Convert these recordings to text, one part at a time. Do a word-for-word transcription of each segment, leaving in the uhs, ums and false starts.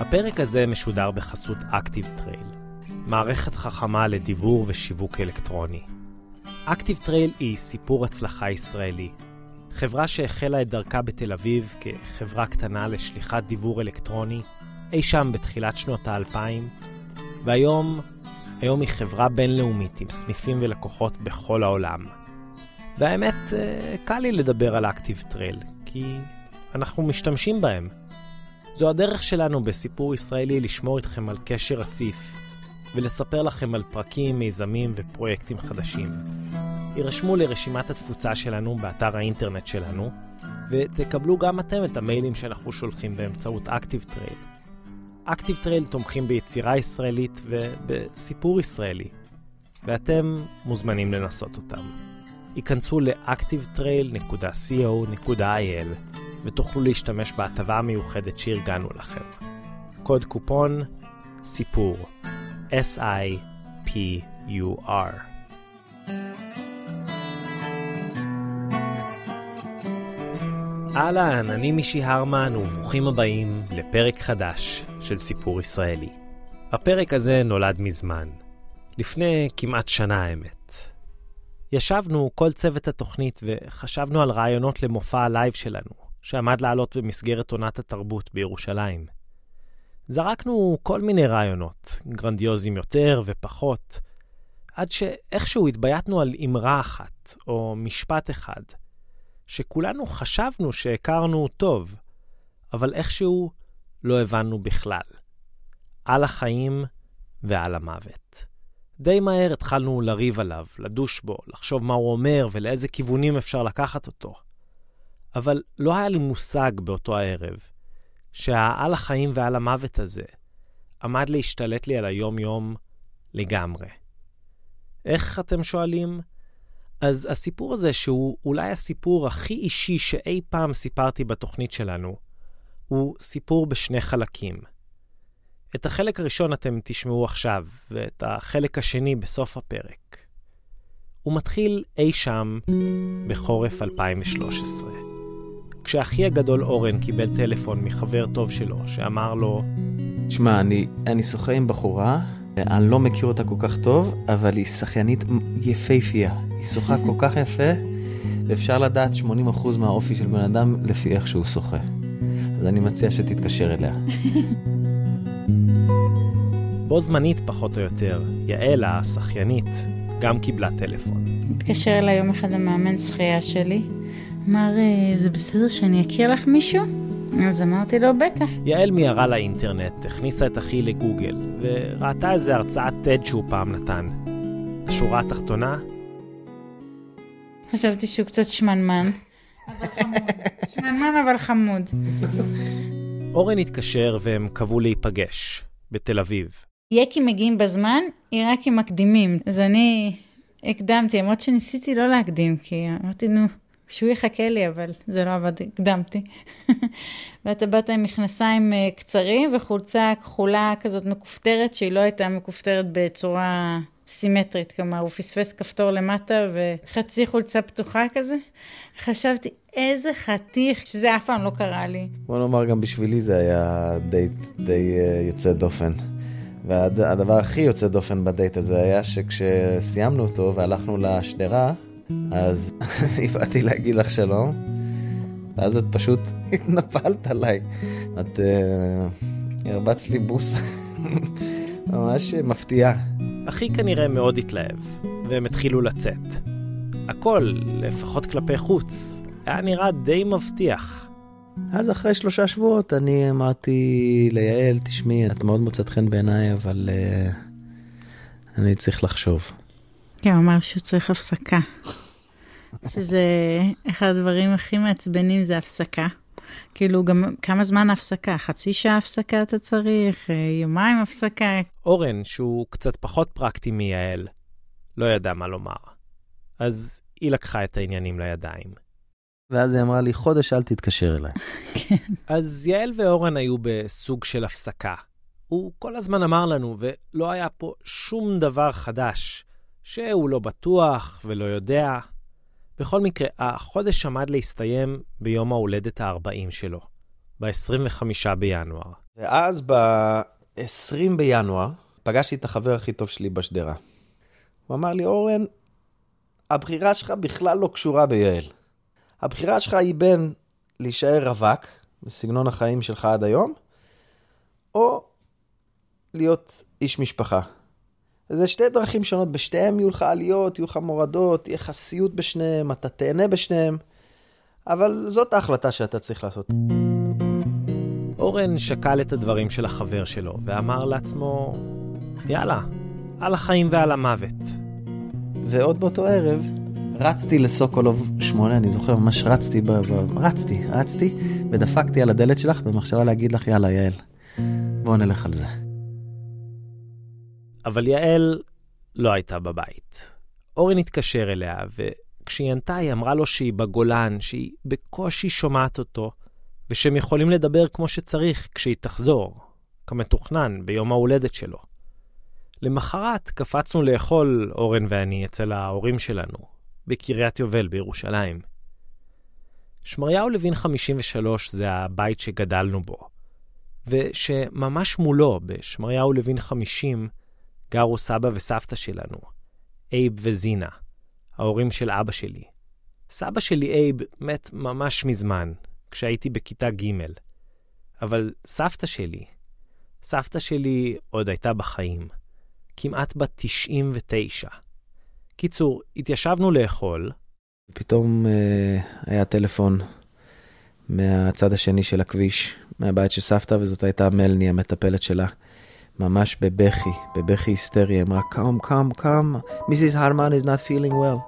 הפרק הזה משודר בחסות אקטיב-טרייל, מערכת חכמה לדיבור ושיווק אלקטרוני. אקטיב-טרייל היא סיפור הצלחה ישראלי, חברה שהחלה את דרכה בתל אביב כחברה קטנה לשליחת דיבור אלקטרוני, אי שם בתחילת שנות האלפיים, והיום היום היא חברה בינלאומית עם סניפים ולקוחות בכל העולם. והאמת, קל לי לדבר על אקטיב-טרייל, כי אנחנו משתמשים בהם. זו הדרך שלנו בסיפור ישראלי לשמור איתכם על קשר רציף, ולספר לכם על פרקים, מיזמים ופרויקטים חדשים. יירשמו לרשימת התפוצה שלנו באתר האינטרנט שלנו, ותקבלו גם אתם את המיילים שאנחנו שולחים באמצעות אקטיב-טרייל. אקטיב-טרייל תומכים ביצירה ישראלית ובסיפור ישראלי, ואתם מוזמנים לנסות אותם. היכנסו ל-אקטיב-טרייל נקודה קו נקודה איי אל ותוכלו להשתמש בהטבה המיוחדת שארגנו לכם. קוד קופון סיפור S I P U R. אהלן, אני מישי הרמן וברוכים הבאים לפרק חדש של סיפור ישראלי. הפרק הזה נולד מזמן, לפני כמעט שנה האמת. ישבנו כל צוות התוכנית וחשבנו על רעיונות למופע הלייב שלנו, שעמד לעלות במסגרת עונת התרבות בירושלים. זרקנו כל מיני רעיונות, גרנדיוזים יותר ופחות, עד שאיכשהו התבייתנו על אמרה אחת או משפט אחד, שכולנו חשבנו שהכרנו טוב, אבל איכשהו לא הבנו בכלל. על החיים ועל המוות. די מהר התחלנו לריב עליו, לדוש בו, לחשוב מה הוא אומר ולאיזה כיוונים אפשר לקחת אותו. אבל לא היה לי מושג באותו הערב, שהעל החיים ועל המוות הזה עמד להשתלט לי על היום-יום לגמרי. איך אתם שואלים? אז הסיפור הזה, שהוא אולי הסיפור הכי אישי שאי פעם סיפרתי בתוכנית שלנו, הוא סיפור בשני חלקים. את החלק הראשון אתם תשמעו עכשיו, ואת החלק השני בסוף הפרק. הוא מתחיל אי שם בחורף אלפיים ושלוש עשרה. כשאחי הגדול אורן קיבל טלפון מחבר טוב שלו, שאמר לו, תשמע, אני, אני שוחה עם בחורה, אני לא מכיר אותה כל כך טוב, אבל היא שחיינית יפהפייה. היא שוחה כל כך יפה, ואפשר לדעת שמונים אחוז מהאופי של בן אדם לפי איך שהוא שוחה. אז אני מציע שתתקשר אליה. בו זמנית פחות או יותר, יעל השחיינית גם קיבלה טלפון. התקשר אליי יום אחד המאמן שחייה שלי, אמר, זה בסדר שאני אכיר לך מישהו? אז אמרתי לו, בטח. יעל מיהרה לאינטרנט, הכניסה את אחי לגוגל, וראתה איזה הרצאת טד שהוא פעם נתן. השורה התחתונה? חשבתי שהוא קצת שמנמן, אבל חמוד. שמנמן אבל חמוד. אורן התקשר והם קבעו להיפגש, בתל אביב. יקים מגיעים בזמן, ירקים מקדימים. אז אני הקדמתי, למרות שניסיתי לא להקדים, כי אמרתי, נו, שהוא יחכה לי, אבל זה לא עבד, הקדמתי. ואתה באת עם מכנסיים קצרים וחולצה כחולה כזאת מקופטרת, שהיא לא הייתה מקופטרת בצורה סימטרית, כלומר, הוא פספס כפתור למטה וחצי חולצה פתוחה כזה. חשבתי, איזה חתיך, שזה אף פעם לא קרה לי. בוא נאמר, גם בשבילי זה היה דייט די יוצא דופן. והדבר הכי יוצא דופן בדייט הזה היה שכשסיימנו אותו והלכנו לשדרה, אז אני באתי להגיד לך שלום, ואז את פשוט התנפלת עליי. את uh, הרבצת לי בוס ממש מפתיעה. אחי כנראה מאוד התלהב, והם התחילו לצאת. הכל, לפחות כלפי חוץ, היה נראה די מבטיח. אז אחרי שלושה שבועות אני אמרתי ליעל, תשמעי, את מאוד מוצאת חן בעיניי, אבל uh, אני צריך לחשוב. כן, הוא אמר שהוא צריך הפסקה. שזה אחד הדברים הכי מעצבנים, זה הפסקה. כאילו, גם כמה זמן הפסקה? חצי שעה הפסקה אתה צריך? יומיים הפסקה? אורן, שהוא קצת פחות פרקטי מיעל, לא ידע מה לומר. אז היא לקחה את העניינים לידיים. ואז היא אמרה לי, חודש אל תתקשר אליי. כן. אז יעל ואורן היו בסוג של הפסקה. הוא כל הזמן אמר לנו, ולא היה פה שום דבר חדש, שהוא לא בטוח ולא יודע. בכל מקרה, החודש עמד להסתיים ביום ההולדת ה-ארבעים שלו. ב-עשרים וחמישה בינואר. ואז ב-עשרים בינואר פגשתי את החבר הכי טוב שלי בשדרה. הוא אמר לי, אורן, הבחירה שלך בכלל לא קשורה ביעל. הבחירה שלך היא בין להישאר רווק, בסגנון החיים שלך עד היום, או להיות איש משפחה. זה שתי דרכים שונות, בשתיהם יהיו לך עליות, יהיו לך מורדות, יהיה חסיות בשניהם, אתה תהנה בשניהם, אבל זאת ההחלטה שאתה צריך לעשות. אורן שקל את הדברים של החבר שלו, ואמר לעצמו, יאללה, על החיים ועל המוות. ועוד באותו ערב, רצתי לסוקולוב שמונה, אני זוכר, ממש רצתי, ב- ב- רצתי, רצתי, ודפקתי על הדלת שלך, במחשבה להגיד לך, יאללה, יעל, בואו נלך על זה. אבל יעל לא הייתה בבית. אורן התקשר אליה, וכשהיא ענתה, היא אמרה לו שהיא בגולן, שהיא בקושי שומעת אותו, ושהם יכולים לדבר כמו שצריך כשהיא תחזור, כמתוכנן ביום ההולדת שלו. למחרת קפצנו לאכול, אורן ואני, אצל ההורים שלנו, בקריית יובל בירושלים. שמריהו לוין חמישים ושלוש זה הבית שגדלנו בו, ושממש מולו, בשמריהו לוין חמישים, גרו סבא וסבתא שלנו, אייב וזינה, ההורים של אבא שלי. סבא שלי אייב מת ממש מזמן, כשהייתי בכיתה ג', אבל סבתא שלי, סבתא שלי עוד הייתה בחיים, כמעט בת תשעים ותשע. קיצור, התיישבנו לאכול. פתאום אה, היה טלפון מהצד השני של הכביש, מהבית של סבתא, וזאת הייתה מלני, המטפלת שלה, ממש בבכי, בבכי היסטרי, אמרה, come, come, come, מיסיס הרמן is not feeling well.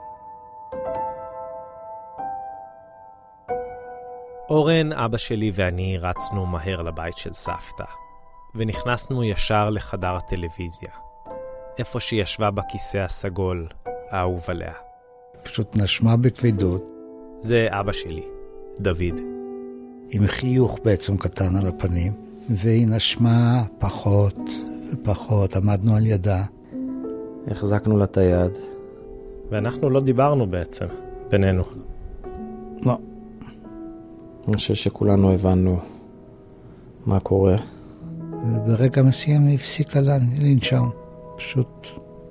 אורן, אבא שלי ואני רצנו מהר לבית של סבתא, ונכנסנו ישר לחדר הטלוויזיה, איפה שהיא ישבה בכיסא הסגול, האהוב עליה. פשוט נשמה בכבדות. זה אבא שלי, דוד. עם חיוך בעצם קטן על הפנים, והיא נשמה פחות ופחות, עמדנו על ידה. החזקנו לה את היד. ואנחנו לא דיברנו בעצם, בינינו. לא. אני חושב שכולנו הבנו מה קורה. וברגע מסוים היא הפסיקה לנשום. פשוט.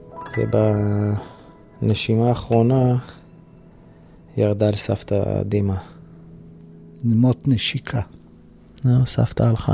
ובנשימה האחרונה ירדה לסבתא דימה. מות נשיקה. לא, סבתא הלכה.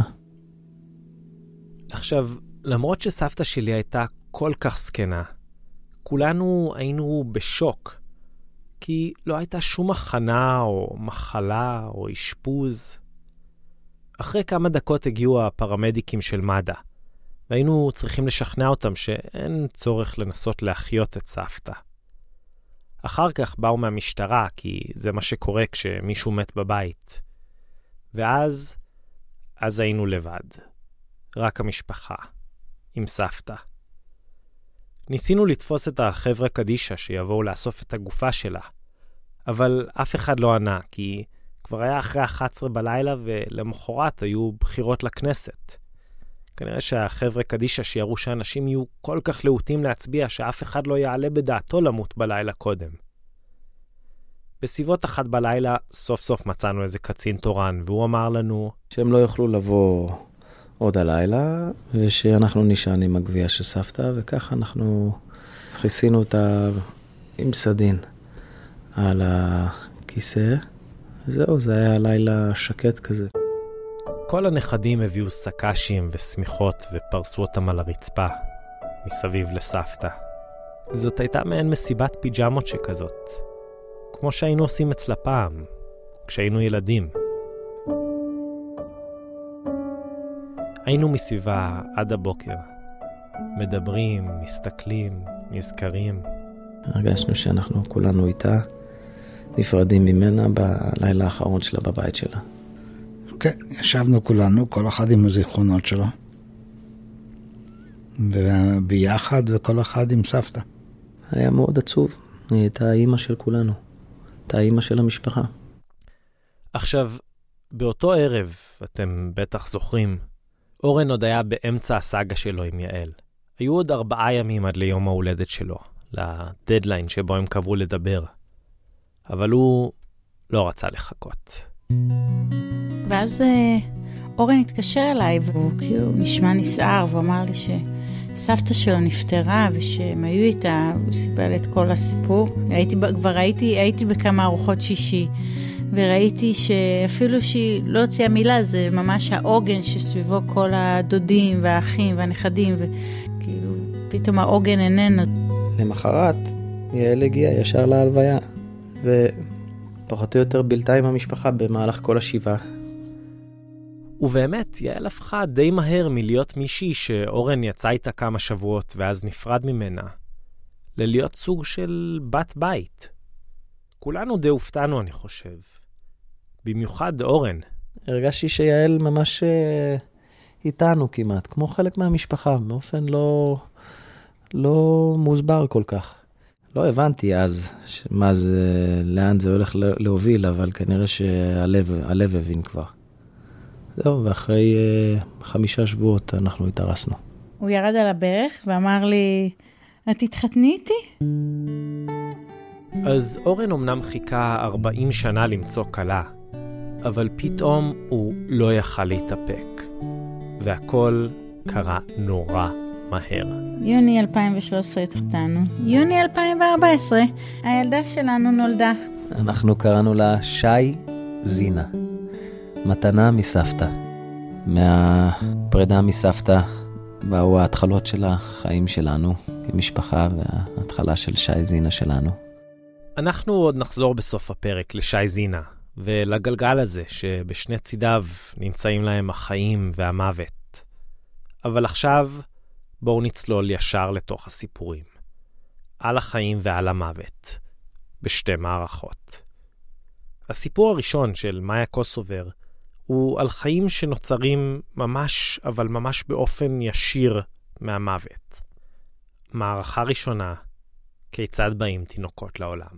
עכשיו, למרות שסבתא שלי הייתה כל כך סקנה, כולנו היינו בשוק, כי לא הייתה שום הכנה או מחלה או אשפוז. אחרי כמה דקות הגיעו הפרמדיקים של מד"א, והיינו צריכים לשכנע אותם שאין צורך לנסות להחיות את סבתא. אחר כך באו מהמשטרה, כי זה מה שקורה כשמישהו מת בבית. ואז, אז היינו לבד. רק המשפחה, עם סבתא. ניסינו לתפוס את החבר'ה קדישה שיבואו לאסוף את הגופה שלה, אבל אף אחד לא ענה, כי כבר היה אחרי אחת עשרה בלילה ולמחרת היו בחירות לכנסת. כנראה שהחבר'ה קדישה שיראו שאנשים יהיו כל כך להוטים להצביע שאף אחד לא יעלה בדעתו למות בלילה קודם. בסביבות אחת בלילה סוף סוף מצאנו איזה קצין תורן, והוא אמר לנו שהם לא יוכלו לבוא עוד הלילה, ושאנחנו נשען עם הגבייה של סבתא, וככה אנחנו חיסינו אותה עם סדין על הכיסא. זהו, זה היה לילה שקט כזה. כל הנכדים הביאו סקשים וסמיכות ופרסו אותם על הרצפה, מסביב לסבתא. זאת הייתה מעין מסיבת פיג'מות שכזאת, כמו שהיינו עושים אצלה פעם, כשהיינו ילדים. היינו מסביבה עד הבוקר, מדברים, מסתכלים, נזכרים. הרגשנו שאנחנו כולנו איתה, נפרדים ממנה בלילה האחרון שלה בבית שלה. כן, ישבנו כולנו, כל אחד עם הזיכרונות שלו. וביחד וכל אחד עם סבתא. היה מאוד עצוב. היא הייתה האמא של כולנו. הייתה האמא של המשפחה. עכשיו, באותו ערב, אתם בטח זוכרים, אורן עוד היה באמצע הסאגה שלו עם יעל. היו עוד ארבעה ימים עד ליום ההולדת שלו, לדדליין שבו הם קבעו לדבר. אבל הוא לא רצה לחכות. ואז אורן התקשר אליי, והוא כאילו נשמע נסער, והוא אמר לי שסבתא שלו נפטרה, ושהם היו איתה, הוא סיפר את כל הסיפור. הייתי, כבר הייתי, הייתי בכמה ארוחות שישי, וראיתי שאפילו שהיא לא הוציאה מילה, זה ממש העוגן שסביבו כל הדודים והאחים והנכדים, וכאילו פתאום העוגן איננו. למחרת, יעל הגיעה ישר להלוויה, ופחות או יותר בילתה עם המשפחה במהלך כל השבעה. ובאמת, יעל הפכה די מהר מלהיות מישהי שאורן יצא איתה כמה שבועות ואז נפרד ממנה, ללהיות סוג של בת בית. כולנו די הופתענו, אני חושב. במיוחד אורן. הרגשתי שיעל ממש איתנו כמעט, כמו חלק מהמשפחה, באופן לא, לא מוסבר כל כך. לא הבנתי אז מה זה, לאן זה הולך להוביל, אבל כנראה שהלב, הלב הבין כבר. זהו, ואחרי uh, חמישה שבועות אנחנו התארסנו. הוא ירד על הברך ואמר לי, את תתחתני איתי? אז אורן אמנם חיכה ארבעים שנה למצוא כלה, אבל פתאום הוא לא יכל להתאפק. והכל קרה נורא מהר. יוני אלפיים ושלוש עשרה התחתנו. יוני אלפיים וארבע עשרה, הילדה שלנו נולדה. אנחנו קראנו לה שי זינה. מתנה מסבתא. מהפרידה מסבתא באו ההתחלות של החיים שלנו כמשפחה, וההתחלה של שי זינה שלנו. אנחנו עוד נחזור בסוף הפרק לשי זינה, ולגלגל הזה שבשני צידיו נמצאים להם החיים והמוות. אבל עכשיו בואו נצלול ישר לתוך הסיפורים. על החיים ועל המוות. בשתי מערכות. הסיפור הראשון של מאיה קוסובר הוא על חיים שנוצרים ממש, אבל ממש באופן ישיר מהמוות. מערכה ראשונה, כיצד באים תינוקות לעולם.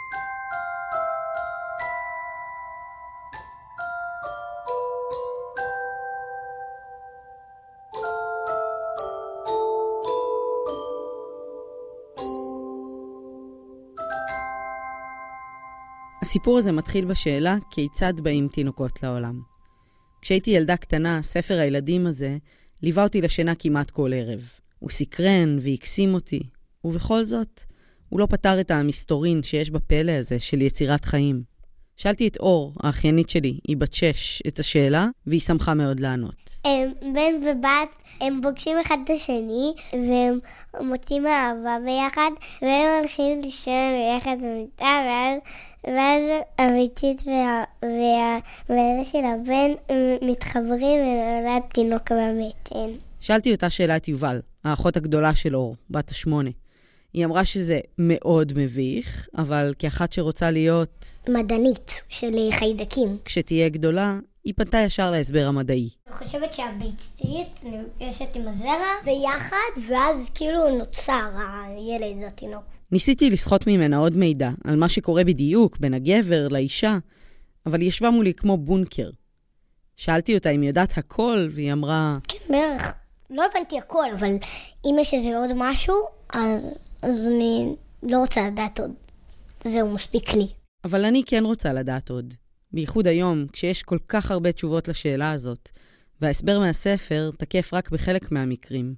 הסיפור הזה מתחיל בשאלה כיצד באים תינוקות לעולם. כשהייתי ילדה קטנה, ספר הילדים הזה ליווה אותי לשינה כמעט כל ערב. הוא סקרן והקסים אותי, ובכל זאת, הוא לא פתר את המסתורין שיש בפלא הזה של יצירת חיים. שאלתי את אור, האחיינית שלי, היא בת שש, את השאלה, והיא שמחה מאוד לענות. הם, בן ובת, הם פוגשים אחד את השני, והם מוצאים אהבה ביחד, והם הולכים לישון ביחד במיטה, ואז, ואז הביצית וה, וה, והילדה של הבן מתחברים ונולד תינוק בבטן. שאלתי אותה שאלה את יובל, האחות הגדולה של אור, בת השמונה. היא אמרה שזה מאוד מביך, אבל כאחת שרוצה להיות מדענית של חיידקים. כשתהיה גדולה, היא פנתה ישר להסבר המדעי. אני חושבת שהביצית נפגשת עם הזרע ביחד, ואז כאילו נוצר הילד, התינוק. ניסיתי לסחוט ממנה עוד מידע על מה שקורה בדיוק בין הגבר לאישה, אבל היא ישבה מולי כמו בונקר. שאלתי אותה אם יודעת הכל, והיא אמרה... כן, בערך. לא הבנתי הכל, אבל אם יש איזה עוד משהו, אז... אז אני לא רוצה לדעת עוד. זהו, מספיק לי. אבל אני כן רוצה לדעת עוד. בייחוד היום, כשיש כל כך הרבה תשובות לשאלה הזאת, וההסבר מהספר תקף רק בחלק מהמקרים.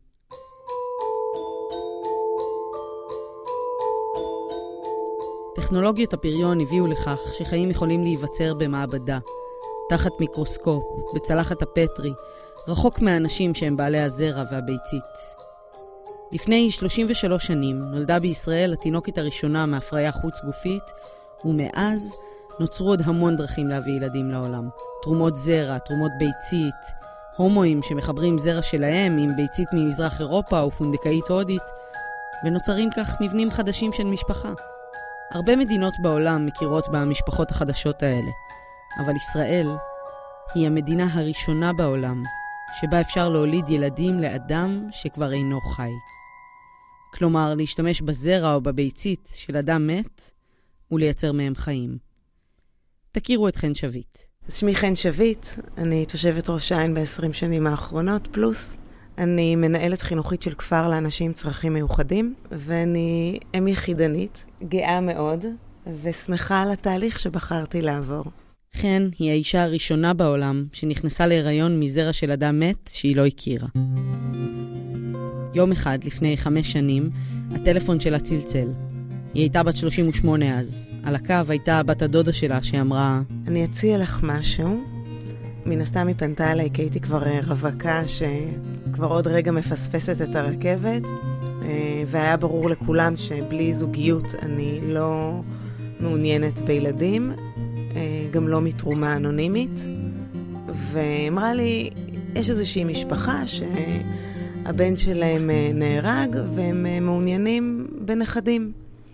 טכנולוגיות הפריון הביאו לכך שחיים יכולים להיווצר במעבדה, תחת מיקרוסקופ, בצלחת הפטרי, רחוק מהאנשים שהם בעלי הזרע והביצית. לפני שלושים ושלוש שנים נולדה בישראל התינוקית הראשונה מהפריה חוץ גופית, ומאז נוצרו עוד המון דרכים להביא ילדים לעולם. תרומות זרע, תרומות ביצית, הומואים שמחברים זרע שלהם עם ביצית ממזרח אירופה או פונדקאית הודית, ונוצרים כך מבנים חדשים של משפחה. הרבה מדינות בעולם מכירות במשפחות החדשות האלה, אבל ישראל היא המדינה הראשונה בעולם שבה אפשר להוליד ילדים לאדם שכבר אינו חי. כלומר, להשתמש בזרע או בביצית של אדם מת ולייצר מהם חיים. תכירו את חן שביט. שמי חן שביט, אני תושבת ראש העין ב-עשרים שנים האחרונות פלוס. אני מנהלת חינוכית של כפר לאנשים עם צרכים מיוחדים, ואני אם יחידנית, גאה מאוד, ושמחה על התהליך שבחרתי לעבור. חן היא האישה הראשונה בעולם שנכנסה להיריון מזרע של אדם מת שהיא לא הכירה. יום אחד לפני חמש שנים, הטלפון שלה צלצל. היא הייתה בת שלושים ושמונה אז. על הקו הייתה בת הדודה שלה שאמרה, אני אציע לך משהו. מן הסתם היא פנתה אליי כי הייתי כבר רווקה שכבר עוד רגע מפספסת את הרכבת, והיה ברור לכולם שבלי זוגיות אני לא מעוניינת בילדים, גם לא מתרומה אנונימית. ואמרה לי, יש איזושהי משפחה שהבן שלהם נהרג והם מעוניינים בנכדים.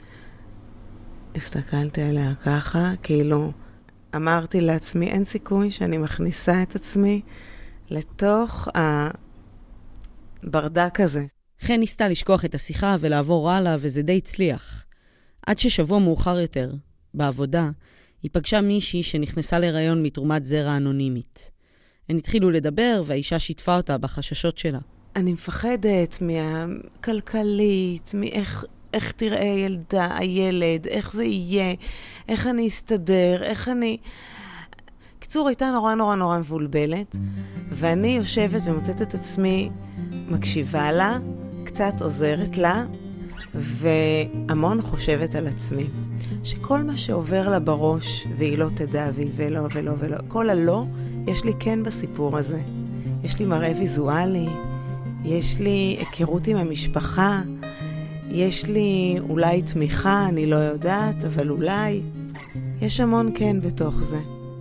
הסתכלתי עליה ככה, כאילו אמרתי לעצמי, אין סיכוי שאני מכניסה את עצמי לתוך הברדק הזה. חן ניסתה לשכוח את השיחה ולעבור הלאה, וזה די הצליח. עד ששבוע מאוחר יותר, בעבודה, היא פגשה מישהי שנכנסה להיריון מתרומת זרע אנונימית. הן התחילו לדבר, והאישה שיתפה אותה בחששות שלה. אני מפחדת מהכלכלית, מאיך איך תראה ילדה, הילד, איך זה יהיה, איך אני אסתדר, איך אני... קיצור, הייתה נורא נורא נורא מבולבלת, ואני יושבת ומוצאת את עצמי, מקשיבה לה, קצת עוזרת לה, והמון חושבת על עצמי. שכל מה שעובר לה בראש, והיא לא תדע, והיא ולא ולא ולא, כל הלא, יש לי כן בסיפור הזה. יש לי מראה ויזואלי, יש לי היכרות עם המשפחה, יש לי אולי תמיכה, אני לא יודעת, אבל אולי יש המון כן בתוך זה.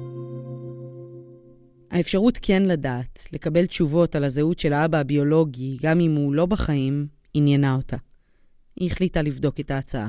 האפשרות כן לדעת, לקבל תשובות על הזהות של האבא הביולוגי, גם אם הוא לא בחיים, עניינה אותה. היא החליטה לבדוק את ההצעה.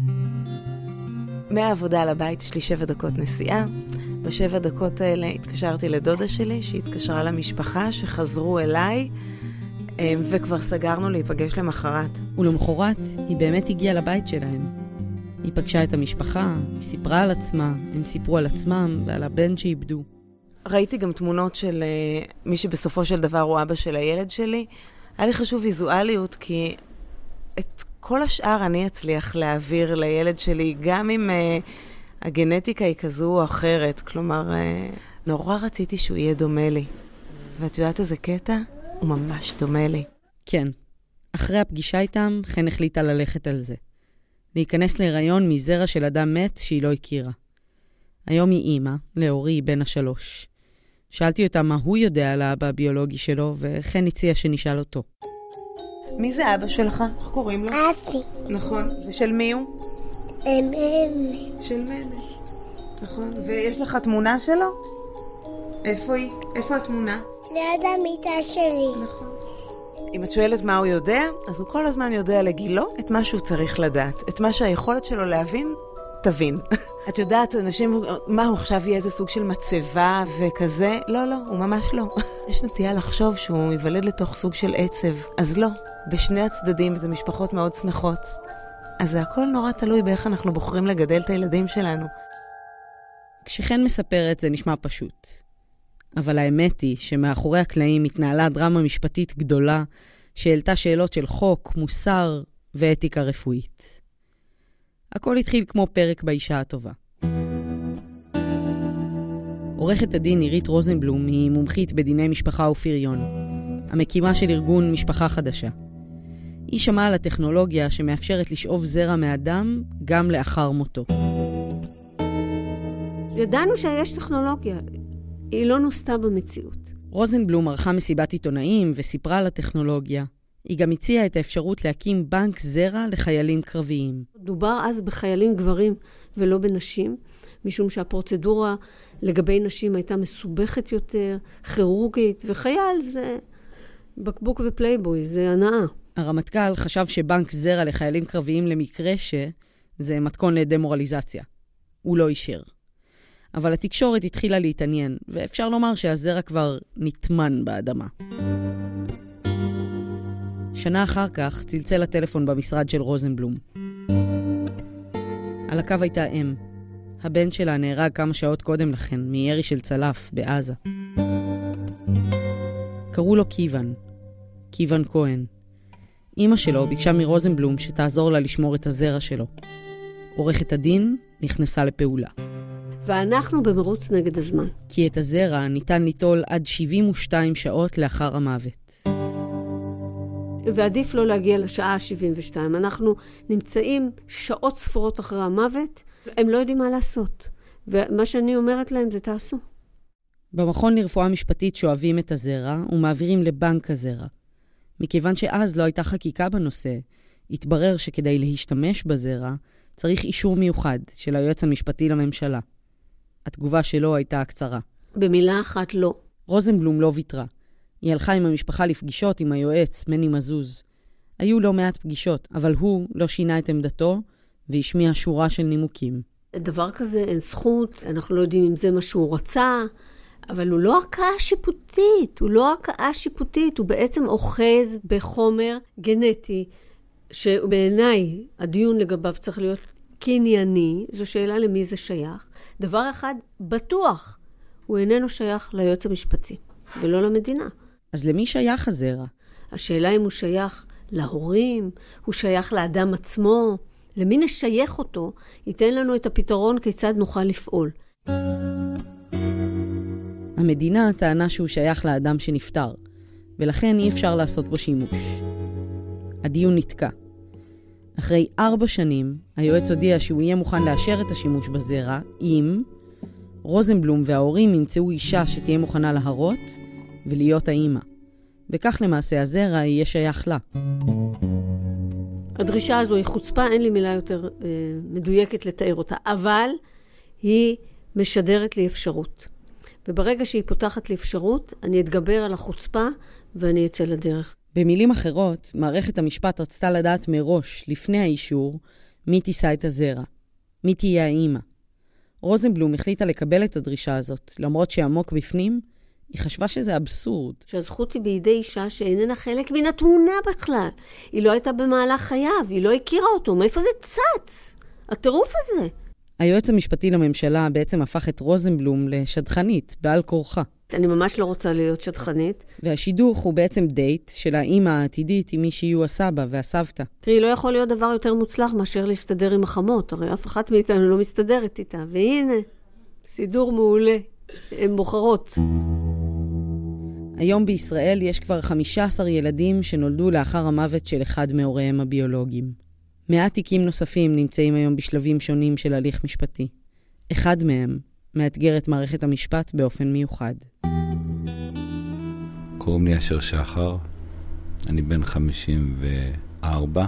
מהעבודה לבית יש לי שבע דקות נסיעה. בשבע דקות האלה התקשרתי לדודה שלי, שהתקשרה למשפחה, שחזרו אליי, וכבר סגרנו להיפגש למחרת. ולמחרת היא באמת הגיעה לבית שלהם. היא פגשה את המשפחה, היא סיפרה על עצמה, הם סיפרו על עצמם ועל הבן שאיבדו. ראיתי גם תמונות של uh, מי שבסופו של דבר הוא אבא של הילד שלי. היה לי חשוב ויזואליות, כי את כל השאר אני אצליח להעביר לילד שלי, גם אם uh, הגנטיקה היא כזו או אחרת. כלומר, uh, נורא רציתי שהוא יהיה דומה לי. ואת יודעת איזה קטע? הוא ממש דומה לי. כן. אחרי הפגישה איתם, חן החליטה ללכת על זה. להיכנס להיריון מזרע של אדם מת שהיא לא הכירה. היום היא אימא, לאורי בן השלוש. שאלתי אותה מה הוא יודע על האבא הביולוגי שלו, וחן הציע שנשאל אותו. מי זה אבא שלך? איך קוראים לו? אסי. נכון. ושל מי הוא? ממני. של ממני. נכון. ויש לך תמונה שלו? איפה היא? איפה התמונה? ליד המיטה שלי. נכון. אם את שואלת מה הוא יודע, אז הוא כל הזמן יודע לגילו את מה שהוא צריך לדעת. את מה שהיכולת שלו להבין, תבין. את יודעת, אנשים, מה הוא עכשיו יהיה איזה סוג של מצבה וכזה? לא, לא, הוא ממש לא. יש נטייה לחשוב שהוא יוולד לתוך סוג של עצב. אז לא, בשני הצדדים זה משפחות מאוד שמחות. אז זה הכל נורא תלוי באיך אנחנו בוחרים לגדל את הילדים שלנו. כשחן מספרת זה נשמע פשוט. אבל האמת היא שמאחורי הקלעים התנהלה דרמה משפטית גדולה שהעלתה שאלות של חוק, מוסר ואתיקה רפואית. הכל התחיל כמו פרק באישה הטובה. עורכת הדין נירית רוזנבלום היא מומחית בדיני משפחה ופריון, המקימה של ארגון משפחה חדשה. היא שמעה על הטכנולוגיה שמאפשרת לשאוב זרע מאדם גם לאחר מותו. ידענו שיש טכנולוגיה, היא לא נוסתה במציאות. רוזנבלום ערכה מסיבת עיתונאים וסיפרה על הטכנולוגיה. היא גם הציעה את האפשרות להקים בנק זרע לחיילים קרביים. דובר אז בחיילים גברים ולא בנשים, משום שהפרוצדורה לגבי נשים הייתה מסובכת יותר, כירורגית, וחייל זה בקבוק ופלייבוי, זה הנאה. הרמטכ"ל חשב שבנק זרע לחיילים קרביים למקרה שזה מתכון לדמורליזציה. הוא לא אישר. אבל התקשורת התחילה להתעניין, ואפשר לומר שהזרע כבר נטמן באדמה. שנה אחר כך צלצל הטלפון במשרד של רוזנבלום. על הקו הייתה אם. הבן שלה נהרג כמה שעות קודם לכן, מירי של צלף בעזה. קראו לו קיוון, קיוון כהן. אמא שלו ביקשה מרוזנבלום שתעזור לה לשמור את הזרע שלו. עורכת הדין נכנסה לפעולה. ואנחנו במרוץ נגד הזמן. כי את הזרע ניתן ליטול עד שבעים ושתיים שעות לאחר המוות. ועדיף לא להגיע לשעה שבעים ושתיים. אנחנו נמצאים שעות ספורות אחרי המוות, הם לא יודעים מה לעשות. ומה שאני אומרת להם זה תעשו. במכון לרפואה משפטית שואבים את הזרע ומעבירים לבנק הזרע. מכיוון שאז לא הייתה חקיקה בנושא, התברר שכדי להשתמש בזרע צריך אישור מיוחד של היועץ המשפטי לממשלה. התגובה שלו הייתה קצרה. במילה אחת לא. רוזנבלום לא ויתרה. היא הלכה עם המשפחה לפגישות עם היועץ מני מזוז. היו לא מעט פגישות, אבל הוא לא שינה את עמדתו והשמיע שורה של נימוקים. דבר כזה אין זכות, אנחנו לא יודעים אם זה מה שהוא רצה, אבל הוא לא ערכאה שיפוטית, הוא לא ערכאה שיפוטית, הוא בעצם אוחז בחומר גנטי, שבעיניי הדיון לגביו צריך להיות קנייני, זו שאלה למי זה שייך. דבר אחד בטוח, הוא איננו שייך ליועץ המשפטי, ולא למדינה. אז למי שייך הזרע? השאלה אם הוא שייך להורים, הוא שייך לאדם עצמו, למי נשייך אותו, ייתן לנו את הפתרון כיצד נוכל לפעול. המדינה טענה שהוא שייך לאדם שנפטר, ולכן אי אפשר לעשות בו שימוש. הדיון נתקע. אחרי ארבע שנים, היועץ הודיע שהוא יהיה מוכן לאשר את השימוש בזרע, אם רוזנבלום וההורים ימצאו אישה שתהיה מוכנה להרות ולהיות האימא. וכך למעשה הזרע יהיה שייך לה. הדרישה הזו היא חוצפה, אין לי מילה יותר אה, מדויקת לתאר אותה, אבל היא משדרת לי אפשרות. וברגע שהיא פותחת לי אפשרות, אני אתגבר על החוצפה ואני אצא לדרך. במילים אחרות, מערכת המשפט רצתה לדעת מראש, לפני האישור, מי תישא את הזרע, מי תהיה האימא. רוזנבלום החליטה לקבל את הדרישה הזאת, למרות שעמוק בפנים, היא חשבה שזה אבסורד. שהזכות היא בידי אישה שאיננה חלק מן התמונה בכלל. היא לא הייתה במהלך חייו, היא לא הכירה אותו. מאיפה זה צץ? הטירוף הזה. היועץ המשפטי לממשלה בעצם הפך את רוזנבלום לשדכנית, בעל כורחה. אני ממש לא רוצה להיות שדכנית. והשידוך הוא בעצם דייט של האמא העתידית עם מי שיהיו הסבא והסבתא. תראי, לא יכול להיות דבר יותר מוצלח מאשר להסתדר עם החמות. הרי אף אחת מאיתנו לא מסתדרת איתה. והנה, סידור מעולה. הן בוחרות. היום בישראל יש כבר חמישה עשר ילדים שנולדו לאחר המוות של אחד מהוריהם הביולוגיים. מעט תיקים נוספים נמצאים היום בשלבים שונים של הליך משפטי. אחד מהם מאתגר את מערכת המשפט באופן מיוחד. קוראים לי אשר שחר, אני בן חמישים וארבע.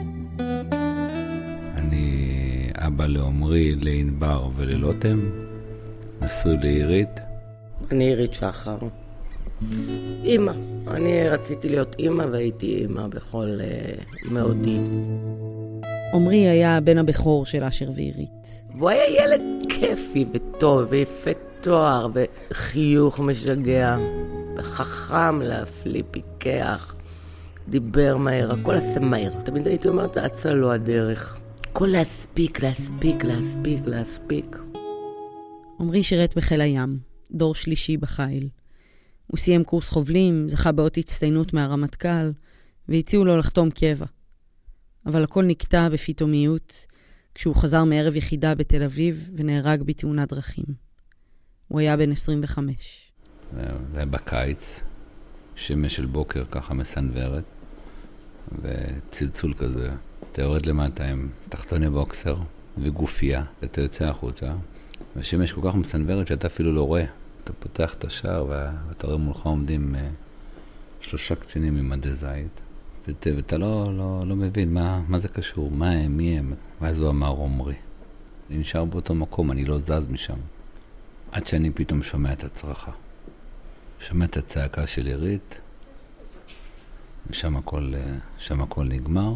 אני אבא לעומרי, לענבר וללוטם, נשוי לעירית. אני עירית שחר. אמא. אני רציתי להיות אמא והייתי אמא בכל uh, מאודי. עומרי היה הבן הבכור של אשר ועירית. והוא היה ילד כיפי וטוב ויפה תואר וחיוך משגע וחכם להפליא, פיקח, דיבר מהר, הכל עשה מהר. תמיד הייתי אומרת, אצה לו הדרך. הכל להספיק, להספיק, להספיק, להספיק. עומרי שירת בחיל הים, דור שלישי בחיל. הוא סיים קורס חובלים, זכה באות הצטיינות מהרמטכ"ל, והציעו לו לחתום קבע. אבל הכל נקטע בפתאומיות, כשהוא חזר מערב יחידה בתל אביב ונהרג בתאונת דרכים. הוא היה בן עשרים וחמש. זה היה בקיץ, שמש של בוקר ככה מסנוורת, וצלצול כזה. אתה יורד למטה עם תחתוני בוקסר וגופייה, אתה יוצא החוצה, והשמש כל כך מסנוורת שאתה אפילו לא רואה. אתה פותח את השער ואתה רואה מולך עומדים שלושה קצינים עם מדי זית, ואתה לא, לא, לא מבין מה, מה זה קשור, מה הם, מי הם. ואז הוא אמר עומרי. אני נשאר באותו מקום, אני לא זז משם. עד שאני פתאום שומע את הצרחה. שומע את הצעקה של עירית, ושם הכל, שם הכל נגמר.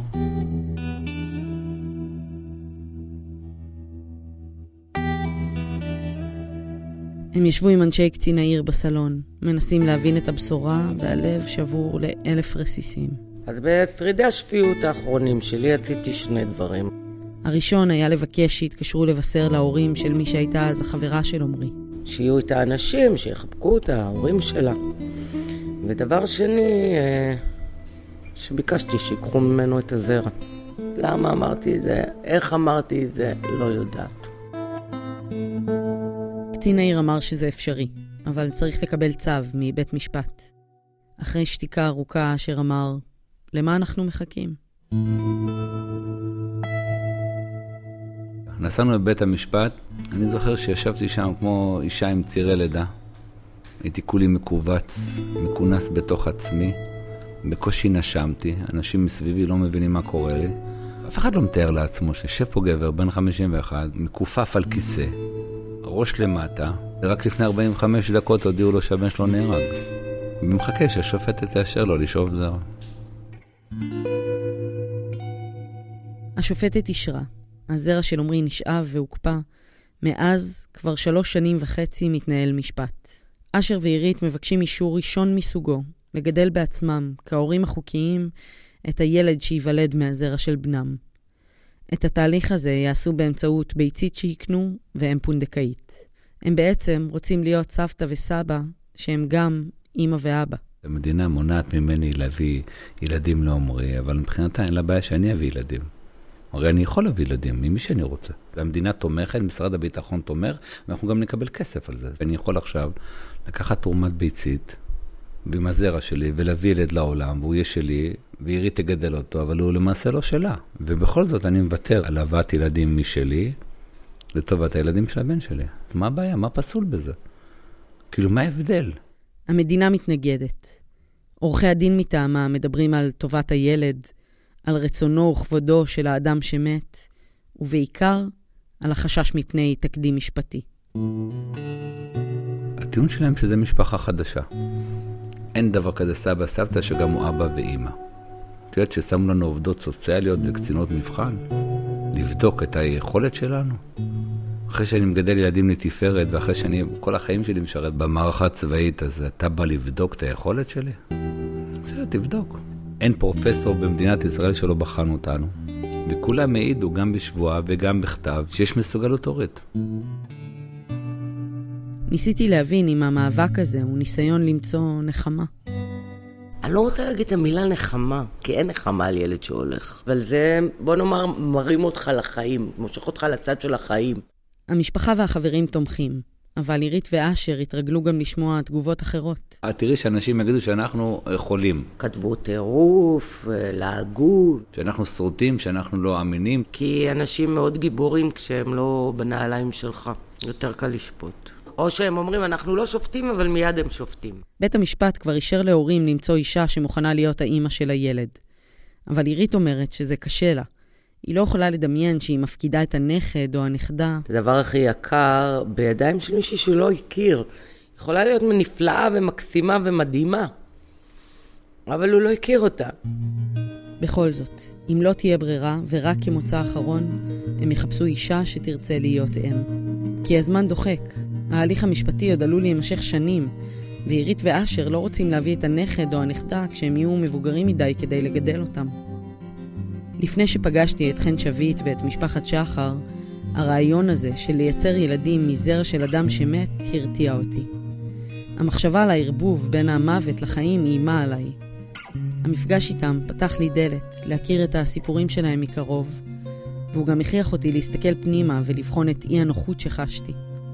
הם ישבו עם אנשי קצין העיר בסלון, מנסים להבין את הבשורה, והלב שבור לאלף רסיסים. אז בשרידי השפיות האחרונים שלי עשיתי שני דברים. הראשון היה לבקש שהתקשרו לבשר להורים של מי שהייתה אז החברה של עומרי. שיהיו איתה אנשים, שיחבקו אותה, ההורים שלה. ודבר שני, שביקשתי שיקחו ממנו את הזרע. למה אמרתי את זה? איך אמרתי את זה? לא יודעת. קצין העיר אמר שזה אפשרי, אבל צריך לקבל צו מבית משפט. אחרי שתיקה ארוכה אשר אמר, למה אנחנו מחכים? נסענו לבית המשפט, אני זוכר שישבתי שם כמו אישה עם צירי לידה. הייתי כולי מקובץ, מקונס בתוך עצמי, בקושי נשמתי, אנשים מסביבי לא מבינים מה קורה לי. אף אחד לא מתאר לעצמו שישב פה גבר בן חמישים ואחת, מקופף על כיסא, ראש למטה, ורק לפני ארבעים וחמש דקות הודיעו לו שהבן שלו נהרג. ומחכה שהשופטת תאשר לו לשאוב זרע. השופטת אישרה. הזרע של עומרי נשאב והוקפא. מאז כבר שלוש שנים וחצי מתנהל משפט. אשר ועירית מבקשים אישור ראשון מסוגו, לגדל בעצמם, כהורים החוקיים, את הילד שיוולד מהזרע של בנם. את התהליך הזה יעשו באמצעות ביצית שיקנו והם פונדקאית. הם בעצם רוצים להיות סבתא וסבא, שהם גם אמא ואבא. המדינה מונעת ממני להביא ילדים לעומרי, אבל מבחינתה אין לה בעיה שאני אביא ילדים. הרי אני יכול להביא ילדים, ממי שאני רוצה. והמדינה תומכת, משרד הביטחון תומך, ואנחנו גם נקבל כסף על זה. אני יכול עכשיו לקחת תרומת ביצית, עם הזרע שלי, ולהביא ילד לעולם, והוא יהיה שלי, ועירית תגדל אותו, אבל הוא למעשה לא שלה. ובכל זאת אני מוותר על הבאת ילדים משלי, לטובת הילדים של הבן שלי. מה הבעיה? מה פסול בזה? כאילו, מה ההבדל? המדינה מתנגדת. עורכי הדין מטעמה מדברים על טובת הילד, על רצונו וכבודו של האדם שמת, ובעיקר על החשש מפני תקדים משפטי. הטיעון שלהם שזה משפחה חדשה. אין דבר כזה סבא סבתא שגם הוא אבא ואמא. את יודעת ששמו לנו עובדות סוציאליות וקצינות מבחן, לבדוק את היכולת שלנו. אחרי שאני מגדל ילדים לתפארת, ואחרי שאני כל החיים שלי משרת במערכה הצבאית, אז אתה בא לבדוק את היכולת שלי? בסדר, תבדוק. אין פרופסור במדינת ישראל שלא בחן אותנו. וכולם העידו גם בשבועה וגם בכתב שיש מסוגלות הורית. ניסיתי להבין אם המאבק הזה הוא ניסיון למצוא נחמה. אני לא רוצה להגיד את המילה נחמה, כי אין נחמה על ילד שהולך. אבל זה, בוא נאמר, מרים אותך לחיים, מושך אותך לצד של החיים. המשפחה והחברים תומכים, אבל עירית ואשר התרגלו גם לשמוע תגובות אחרות. את תראי שאנשים יגידו שאנחנו חולים. כתבו טירוף, להגות. שאנחנו סרוטים, שאנחנו לא אמינים. כי אנשים מאוד גיבורים כשהם לא בנעליים שלך. יותר קל לשפוט. או שהם אומרים, אנחנו לא שופטים, אבל מיד הם שופטים. בית המשפט כבר אישר להורים למצוא אישה שמוכנה להיות האמא של הילד. אבל עירית אומרת שזה קשה לה. היא לא יכולה לדמיין שהיא מפקידה את הנכד או הנכדה. את הדבר הכי יקר בידיים של מישהי שלא הכיר. יכולה להיות נפלאה ומקסימה ומדהימה. אבל הוא לא הכיר אותה. בכל זאת, אם לא תהיה ברירה ורק כמוצא אחרון, הם יחפשו אישה שתרצה להיות אם. כי הזמן דוחק. ההליך המשפטי עוד עלול להימשך שנים, ועירית ואשר לא רוצים להביא את הנכד או הנכדה כשהם יהיו מבוגרים מדי כדי לגדל אותם. לפני שפגשתי את חן שביט ואת משפחת שחר, הרעיון הזה של לייצר ילדים מזרע של אדם שמת הרתיע אותי. המחשבה על הערבוב בין המוות לחיים איימה עליי. המפגש איתם פתח לי דלת להכיר את הסיפורים שלהם מקרוב, והוא גם הכריח אותי להסתכל פנימה ולבחון את אי הנוחות שחשתי.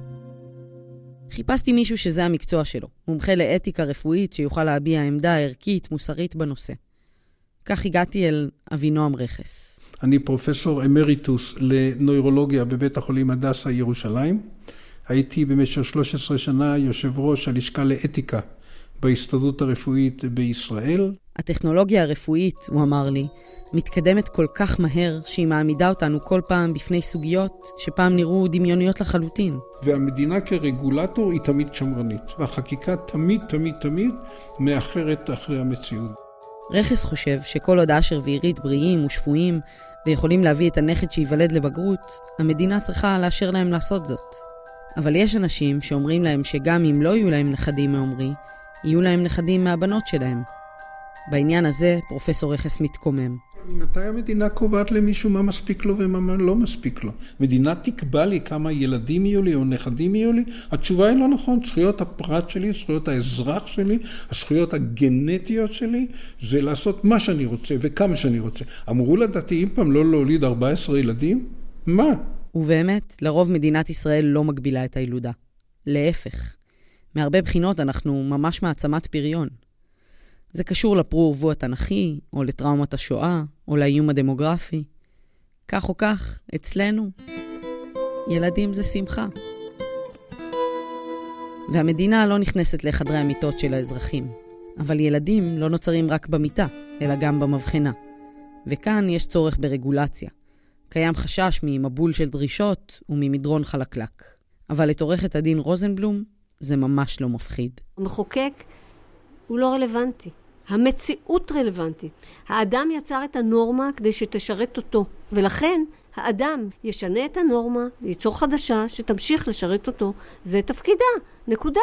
חיפשתי מישהו שזה המקצוע שלו, מומחה לאתיקה רפואית שיוכל להביע עמדה ערכית, מוסרית בנושא. כך הגעתי אל אבינועם רכס. אני פרופסור אמריטוס לנוירולוגיה בבית החולים הדסה ירושלים. הייתי במשך שלוש עשרה שנה יושב ראש הלשכה לאתיקה בהסתדרות הרפואית בישראל. הטכנולוגיה הרפואית, הוא אמר לי, מתקדמת כל כך מהר שהיא מעמידה אותנו כל פעם בפני סוגיות שפעם נראו דמיוניות לחלוטין. והמדינה כרגולטור היא תמיד שמרנית, והחקיקה תמיד תמיד תמיד מאחרת אחרי המציאות. רכס חושב שכל עוד אשר ועירית בריאים ושפויים ויכולים להביא את הנכד שיוולד לבגרות, המדינה צריכה לאשר להם לעשות זאת. אבל יש אנשים שאומרים להם שגם אם לא יהיו להם נכדים מעומרי, יהיו להם נכדים מהבנות שלהם. בעניין הזה פרופסור רכס מתקומם. ממתי המדינה קובעת למישהו מה מספיק לו ומה לא מספיק לו? מדינה תקבע לי כמה ילדים יהיו לי או נכדים יהיו לי? התשובה היא לא נכון. זכויות הפרט שלי, זכויות האזרח שלי, הזכויות הגנטיות שלי, זה לעשות מה שאני רוצה וכמה שאני רוצה. אמרו לדתיים פעם לא להוליד ארבעה עשר ילדים? מה? ובאמת, לרוב מדינת ישראל לא מגבילה את הילודה. להפך. מהרבה בחינות אנחנו ממש מעצמת פריון. זה קשור לפרו ורבו התנ"כי, או לטראומת השואה, או לאיום הדמוגרפי. כך או כך, אצלנו, ילדים זה שמחה. והמדינה לא נכנסת לחדרי המיטות של האזרחים. אבל ילדים לא נוצרים רק במיטה, אלא גם במבחנה. וכאן יש צורך ברגולציה. קיים חשש ממבול של דרישות וממדרון חלקלק. אבל את עורכת הדין רוזנבלום זה ממש לא מפחיד. המחוקק הוא לא רלוונטי. המציאות רלוונטית. האדם יצר את הנורמה כדי שתשרת אותו. ולכן האדם ישנה את הנורמה, ייצור חדשה שתמשיך לשרת אותו. זה תפקידה. נקודה.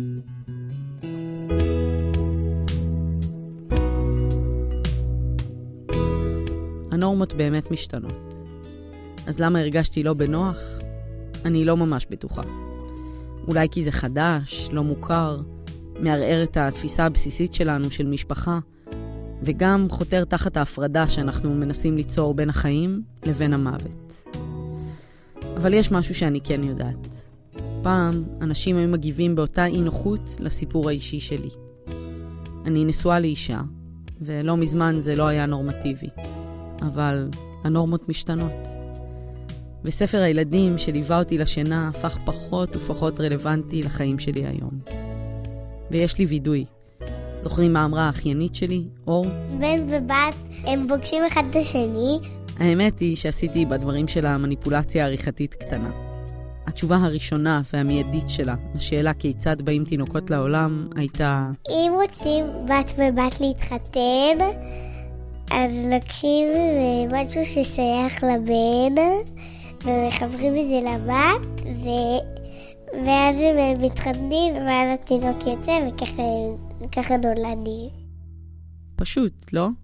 הנורמות באמת משתנות. אז למה הרגשתי לא בנוח? אני לא ממש בטוחה. אולי כי זה חדש, לא מוכר, מערער את התפיסה הבסיסית שלנו של משפחה, וגם חותר תחת ההפרדה שאנחנו מנסים ליצור בין החיים לבין המוות. אבל יש משהו שאני כן יודעת. פעם אנשים היו מגיבים באותה אי נוחות לסיפור האישי שלי. אני נשואה לאישה, ולא מזמן זה לא היה נורמטיבי. אבל הנורמות משתנות. וספר הילדים שליווה אותי לשינה הפך פחות ופחות רלוונטי לחיים שלי היום. ויש לי וידוי. זוכרים מה אמרה האחיינית שלי, אור? בן ובת הם פוגשים אחד את השני. האמת היא שעשיתי בדברים שלה מניפולציה עריכתית קטנה. התשובה הראשונה והמיידית שלה לשאלה כיצד באים תינוקות לעולם הייתה... אם רוצים בת ובת להתחתן, אז לוקחים משהו ששייך לבן, ומחברים את זה לבת, ו... ואז הם מתחתנים, ואז התינוק יוצא, וככה נולדים. פשוט, לא?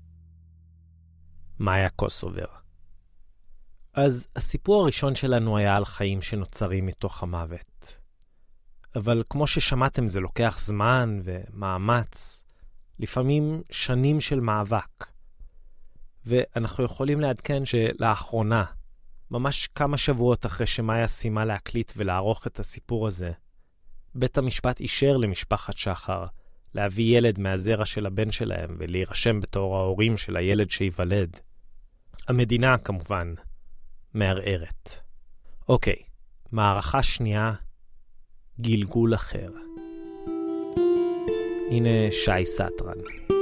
מאיה קוסובר. אז הסיפור הראשון שלנו היה על חיים שנוצרים מתוך המוות. אבל כמו ששמעתם, זה לוקח זמן ומאמץ, לפעמים שנים של מאבק. ואנחנו יכולים לעדכן שלאחרונה, ממש כמה שבועות אחרי שמאיה סיימה להקליט ולערוך את הסיפור הזה, בית המשפט אישר למשפחת שחר להביא ילד מהזרע של הבן שלהם ולהירשם בתור ההורים של הילד שיוולד. המדינה כמובן מערערת. אוקיי, מערכה שנייה, גלגול אחר. הנה שי סטרן.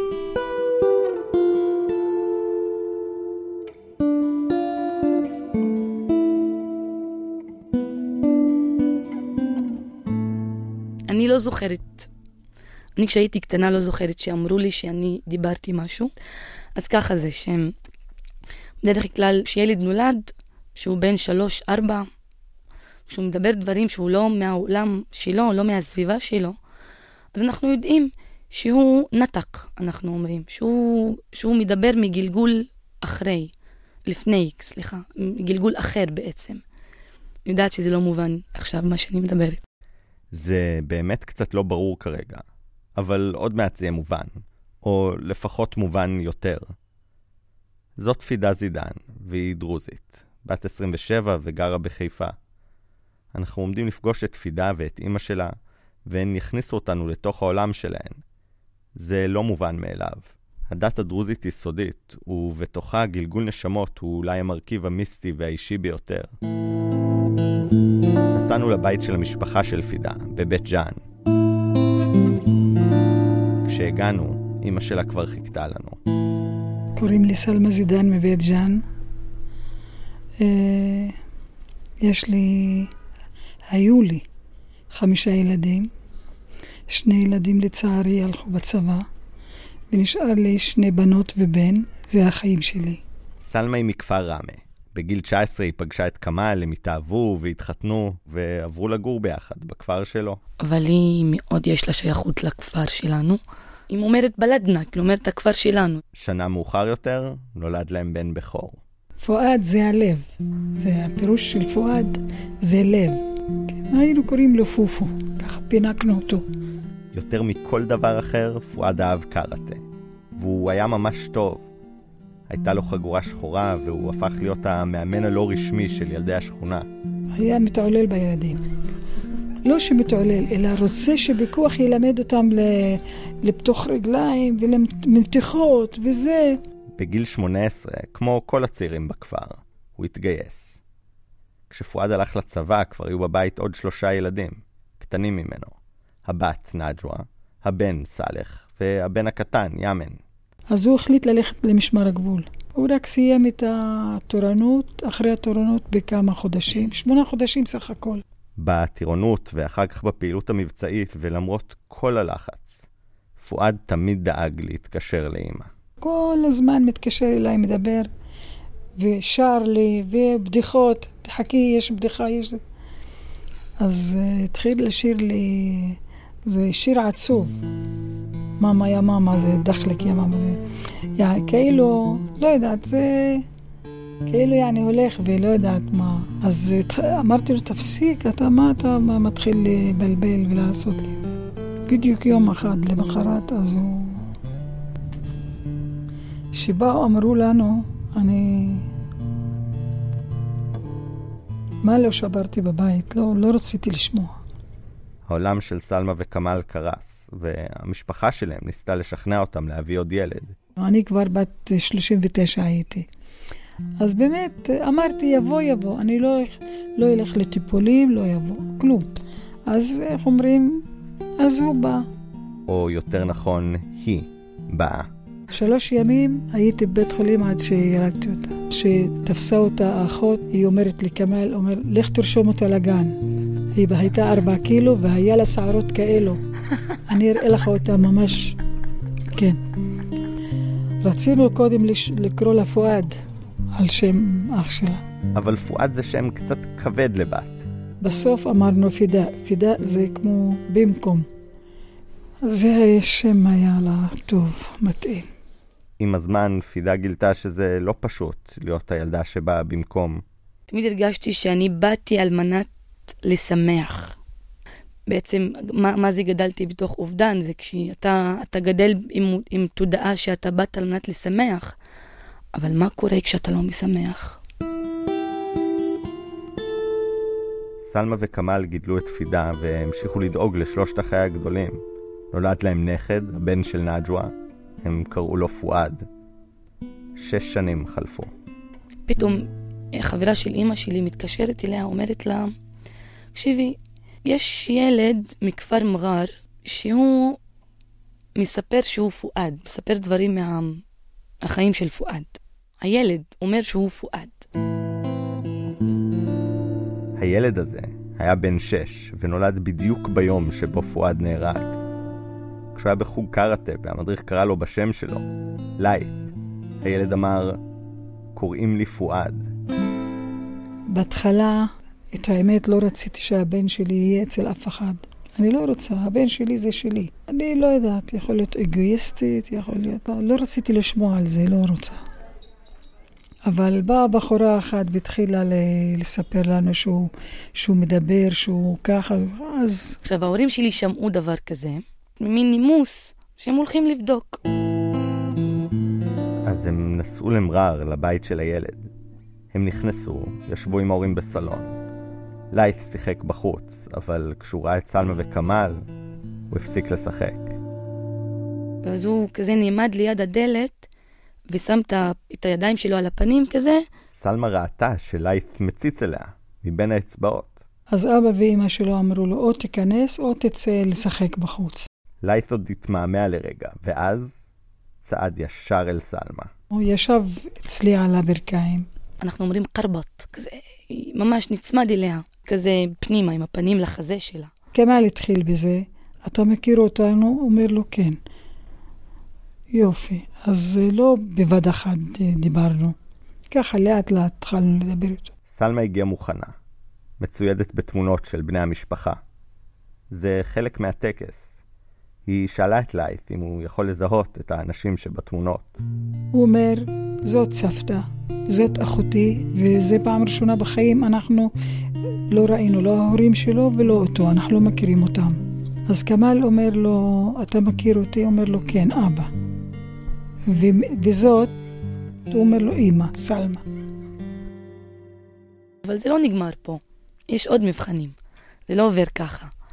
אני לא זוכרת. אני כשהייתי קטנה לא זוכרת שאמרו לי שאני דיברתי משהו. אז ככה זה שהם, בדרך כלל שילד נולד, שהוא בן שלוש, ארבע, שהוא מדבר דברים שהוא לא מהעולם שלו, לא מהסביבה שלו, אז אנחנו יודעים שהוא נתק, אנחנו אומרים, שהוא, שהוא מדבר מגלגול אחרי, לפני, סליחה, מגלגול אחר בעצם. אני יודעת שזה לא מובן עכשיו מה שאני מדברת. זה באמת קצת לא ברור כרגע, אבל עוד מעט זה יהיה מובן, או לפחות מובן יותר. זאת פידה זידן, והיא דרוזית, בת עשרים ושבע וגרה בחיפה. אנחנו עומדים לפגוש את פידה ואת אמא שלה, והן יכניסו אותנו לתוך העולם שלהן. זה לא מובן מאליו. הדת הדרוזית היא סודית, ובתוכה גלגול נשמות הוא אולי המרכיב המיסטי והאישי ביותר. נסענו לבית של המשפחה של פידה, בבית ג'אן. כשהגענו, אמא שלה כבר חיכתה לנו. קוראים לי סלמה זידן מבית ג'אן. יש לי, היו לי חמישה ילדים. שני ילדים לצערי הלכו בצבא, ונשאר לי שני בנות ובן. זה החיים שלי. סלמה היא מכפר רמה. בגיל תשע עשרה היא פגשה את כמאל, הם התאהבו והתחתנו ועברו לגור ביחד בכפר שלו. אבל היא מאוד יש לה שייכות לכפר שלנו. היא אומרת בלדנה, היא אומרת הכפר שלנו. שנה מאוחר יותר נולד להם בן בכור. פואד זה הלב. זה הפירוש של פואד, זה לב. כן, היינו קוראים לו פופו, ככה פינקנו אותו. יותר מכל דבר אחר, פואד אהב קראטה. והוא היה ממש טוב. הייתה לו חגורה שחורה, והוא הפך להיות המאמן הלא רשמי של ילדי השכונה. היה מתעולל בילדים. לא שמתעולל, אלא רוצה שבכוח ילמד אותם לפתוח רגליים ולמתיחות וזה. בגיל שמונה עשרה, כמו כל הצעירים בכפר, הוא התגייס. כשפואד הלך לצבא, כבר היו בבית עוד שלושה ילדים, קטנים ממנו. הבת, נג'ווה, הבן, סלח, והבן הקטן, יאמן. אז הוא החליט ללכת למשמר הגבול. הוא רק סיים את התורנות, אחרי התורנות בכמה חודשים, שמונה חודשים סך הכל. בטירונות ואחר כך בפעילות המבצעית, ולמרות כל הלחץ, פואד תמיד דאג להתקשר לאמא. כל הזמן מתקשר אליי, מדבר, ושר לי, ובדיחות, תחכי, יש בדיחה, יש זה. אז uh, התחיל לשיר לי, זה שיר עצוב. מאמה יא מאמה, זה דחלק יא מאמה, זה... יא, כאילו, לא יודעת, זה... כאילו יעני הולך ולא יודעת מה. אז אמרתי לו, תפסיק, אתה מה אתה מה מתחיל לבלבל ולעשות לי? בדיוק יום אחד למחרת, אז הוא... שבאו אמרו לנו, אני... מה לא שברתי בבית? לא, לא רציתי לשמוע. העולם של סלמה וכמאל קרס, והמשפחה שלהם ניסתה לשכנע אותם להביא עוד ילד. אני כבר בת שלושים ותשע הייתי. אז באמת אמרתי יבוא יבוא, אני לא, לא אלך לטיפולים, לא יבוא, כלום. אז איך אומרים? אז הוא בא. או יותר נכון, היא באה. שלוש ימים הייתי בבית חולים עד שילדתי אותה. שתפסה אותה האחות, היא אומרת לי, כמאל, אומר, לך תרשום אותה לגן. היא הייתה ארבע קילו והיה לה שערות כאלו. אני אראה לך אותה ממש, כן. רצינו קודם לש... לקרוא לה פואד. על שם אח שלה. אבל פואד זה שם קצת כבד לבת. בסוף אמרנו פידה. פידה זה כמו במקום. זה שם היה לה טוב, מתאים. עם הזמן פידה גילתה שזה לא פשוט להיות הילדה שבאה במקום. תמיד הרגשתי שאני באתי על מנת לשמח. בעצם מה, מה זה גדלתי בתוך אובדן? זה כשאתה אתה גדל עם, עם תודעה שאתה באת על מנת לשמח. אבל מה קורה כשאתה לא משמח? סלמה וכמאל גידלו את פידה והמשיכו לדאוג לשלושת החיי הגדולים. נולד להם נכד, הבן של נג'ווה. הם קראו לו פואד. שש שנים חלפו. פתאום חברה של אמא שלי מתקשרת אליה, אומרת לה, תקשיבי, יש ילד מכפר מג'אר שהוא מספר שהוא פואד, מספר דברים מה... החיים של פואד. הילד אומר שהוא פואד. הילד הזה היה בן שש ונולד בדיוק ביום שבו פואד נהרג. כשהוא היה בחוג קראטה והמדריך קרא לו בשם שלו, לייט, הילד אמר, קוראים לי פואד. בהתחלה, את האמת, לא רציתי שהבן שלי יהיה אצל אף אחד. אני לא רוצה, הבן שלי זה שלי. אני לא יודעת, יכול להיות אגואיסטית, יכול להיות... לא רציתי לשמוע על זה, לא רוצה. אבל באה בחורה אחת והתחילה לספר לנו שהוא, שהוא מדבר, שהוא ככה, אז... עכשיו, ההורים שלי שמעו דבר כזה, מין נימוס, שהם הולכים לבדוק. אז הם נסעו למרר, לבית של הילד. הם נכנסו, ישבו עם ההורים בסלון. לייט שיחק בחוץ, אבל כשהוא ראה את סלמה וכמאל, הוא הפסיק לשחק. ואז הוא כזה נעמד ליד הדלת, ושם את הידיים שלו על הפנים כזה. סלמה ראתה שלייט מציץ אליה, מבין האצבעות. אז אבא ואמא שלו אמרו לו, או תיכנס או תצא לשחק בחוץ. לייט עוד התמהמה לרגע, ואז צעד ישר אל סלמה. הוא ישב אצלי על הברכיים. אנחנו אומרים קרבת, כזה ממש נצמד אליה, כזה פנימה עם הפנים לחזה שלה. כמאל התחיל בזה, אתה מכיר אותנו? אומר לו כן. יופי, אז לא בבד אחד דיברנו. ככה לאט לאט התחלנו לדבר איתו. סלמה הגיעה מוכנה, מצוידת בתמונות של בני המשפחה. זה חלק מהטקס. היא שאלה את לייט אם הוא יכול לזהות את האנשים שבתמונות. הוא אומר, זאת סבתא, זאת אחותי, וזה פעם ראשונה בחיים אנחנו לא ראינו, לא ההורים שלו ולא אותו, אנחנו לא מכירים אותם. אז כמאל אומר לו, אתה מכיר אותי? אומר לו, כן, אבא. ו- וזאת, הוא אומר לו, אמא, סלמה. אבל זה לא נגמר פה. יש עוד מבחנים. זה לא עובר ככה.